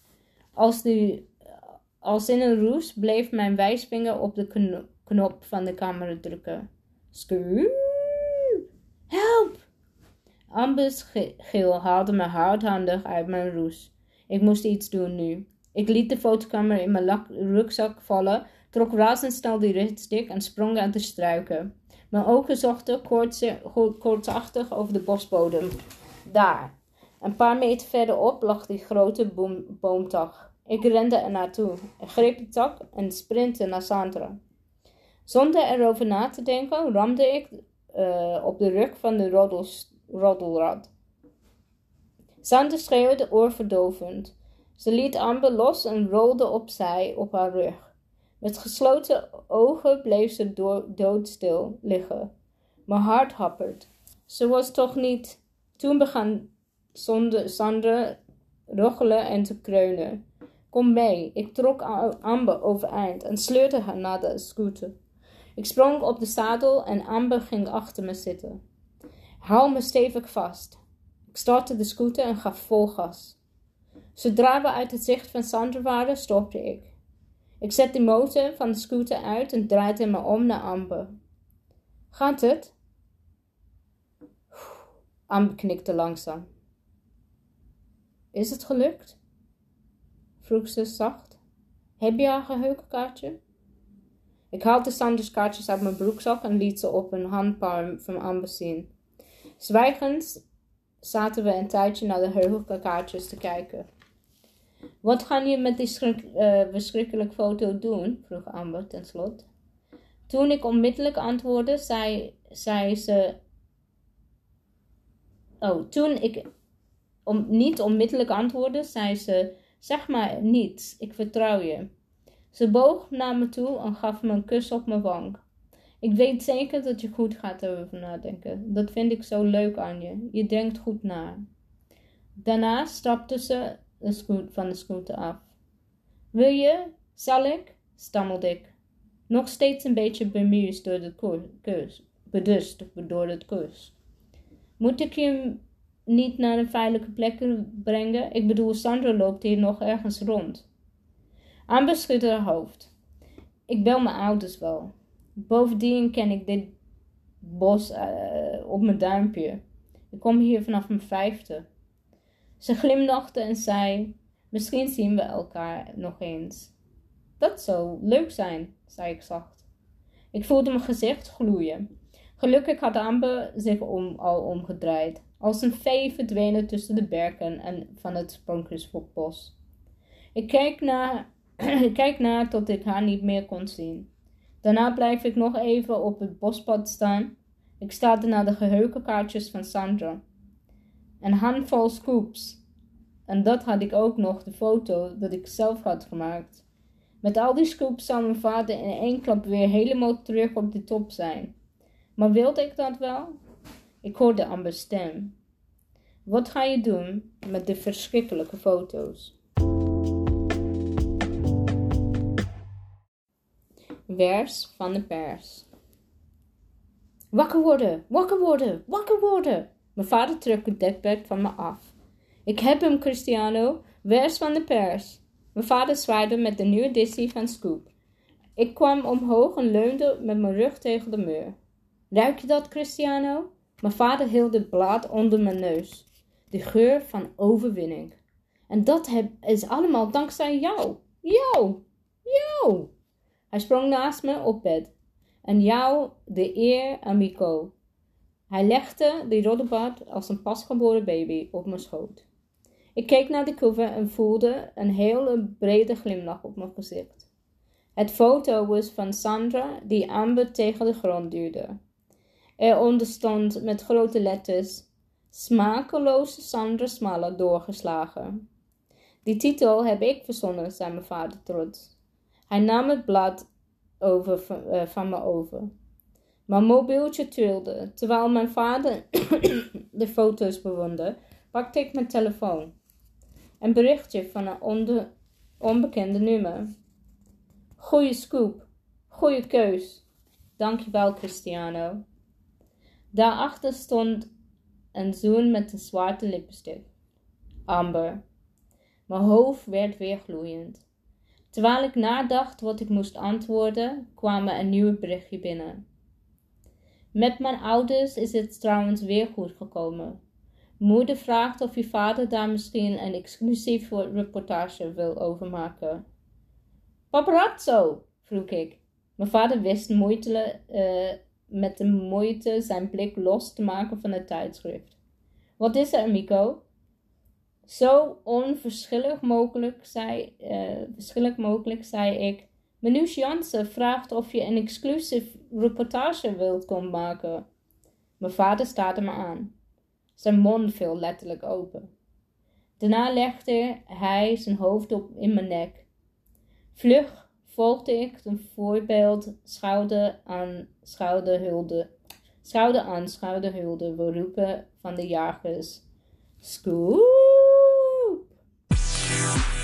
Als in een roes bleef mijn wijsvinger op de knop van de camera drukken. Scoop! Help! Amber's gil haalde me hardhandig uit mijn roes. Ik moest iets doen nu. Ik liet de fotocamera in mijn rugzak vallen, trok razendsnel die ritstick en sprong uit de struiken. Mijn ogen zochten koortsachtig over de bosbodem. Daar. Een paar meter verderop lag die grote boomtak. Ik rende er naartoe. Ik greep de tak en sprintte naar Sandra. Zonder erover na te denken ramde ik op de rug van de roddelrad. Sandra schreeuwde oorverdovend. Ze liet Amber los en rolde opzij op haar rug. Met gesloten ogen bleef ze doodstil liggen. Mijn hart happert. Ze was toch niet... Toen begon Sandra rochelen en te kreunen. Kom mee. Ik trok Amber overeind en sleurde haar naar de scooter. Ik sprong op de zadel en Amber ging achter me zitten. Hou me stevig vast. Ik startte de scooter en gaf vol gas. Zodra we uit het zicht van Sandra waren, stopte ik. Ik zette de motor van de scooter uit en draaide me om naar Amber. Gaat het? Amber knikte langzaam. Is het gelukt? Vroeg ze zacht. Heb je haar geheugenkaartje? Ik haalde Sandra's kaartjes uit mijn broekzak en liet ze op een handpalm van Amber zien. Zwijgend zaten we een tijdje naar de geheugenkaartjes te kijken. Wat ga je met die verschrikkelijke foto doen? Vroeg Amber tenslotte. Toen ik onmiddellijk antwoordde, zei ze... Toen ik niet onmiddellijk antwoordde, zei ze... Zeg maar niets, ik vertrouw je. Ze boog naar me toe en gaf me een kus op mijn wang. Ik weet zeker dat je goed gaat erover nadenken. Dat vind ik zo leuk aan je. Je denkt goed na. Daarna stapte ze van de scooter af. Wil je? Zal ik? Stammelde ik. Nog steeds een beetje bemused door het kus. Moet ik je niet naar een veilige plek brengen? Ik bedoel, Sandra loopt hier nog ergens rond. Amber schudde haar hoofd. Ik bel mijn ouders wel. Bovendien ken ik dit bos op mijn duimpje. Ik kom hier vanaf mijn 5e. Ze glimlachte en zei, misschien zien we elkaar nog eens. Dat zou leuk zijn, zei ik zacht. Ik voelde mijn gezicht gloeien. Gelukkig had Amber zich al omgedraaid. Als een vee verdwenen tussen de berken en van het spronkjesbos. Ik keek naar tot ik haar niet meer kon zien. Daarna bleef ik nog even op het bospad staan. Ik staarde naar de geheugenkaartjes van Sandra. Een handvol scoops. En dat had ik ook nog de foto dat ik zelf had gemaakt. Met al die scoops zou mijn vader in één klap weer helemaal terug op de top zijn. Maar wilde ik dat wel? Ik hoorde Amber's stem. Wat ga je doen met de verschrikkelijke foto's? Vers van de pers. Wakker worden, wakker worden, wakker worden. Mijn vader trok het dekbed van me af. Ik heb hem, Cristiano. Vers van de pers. Mijn vader zwaaide met de nieuwe editie van Scoop. Ik kwam omhoog en leunde met mijn rug tegen de muur. Ruik je dat, Cristiano? Mijn vader hield het blad onder mijn neus. De geur van overwinning. En dat is allemaal dankzij jou. Jou. Hij sprong naast me op bed. En jou de eer, amico. Hij legde die roddelbad als een pasgeboren baby op mijn schoot. Ik keek naar de cover en voelde een hele brede glimlach op mijn gezicht. Het foto was van Sandra die Amber tegen de grond duwde. Eronder stond met grote letters: Smakeloze Sandra Smalle doorgeslagen. Die titel heb ik verzonnen, zei mijn vader trots. Hij nam het blad van me over. Mijn mobieltje trilde. Terwijl mijn vader de foto's bewonderde, pakte ik mijn telefoon. Een berichtje van een onbekende nummer. Goeie scoop. Goeie keus. Dankjewel, Cristiano. Daarachter stond een zoen met een zwarte lippenstift. Amber. Mijn hoofd werd weer gloeiend. Terwijl ik nadacht wat ik moest antwoorden, kwam er een nieuw berichtje binnen. Met mijn ouders is het trouwens weer goed gekomen. Moeder vraagt of je vader daar misschien een exclusief reportage wil over maken. Paparazzo, vroeg ik. Mijn vader wist met de moeite zijn blik los te maken van het tijdschrift. Wat is er, Mico? Zo onverschillig mogelijk, zei ik. Manouche Jansen vraagt of je een exclusief reportage wilt komen maken. Mijn vader staarde me aan. Zijn mond viel letterlijk open. Daarna legde hij zijn hoofd op in mijn nek. Vlug volgde ik een voorbeeld schouder aan schouderhulde roepen van de jagers. Scoop!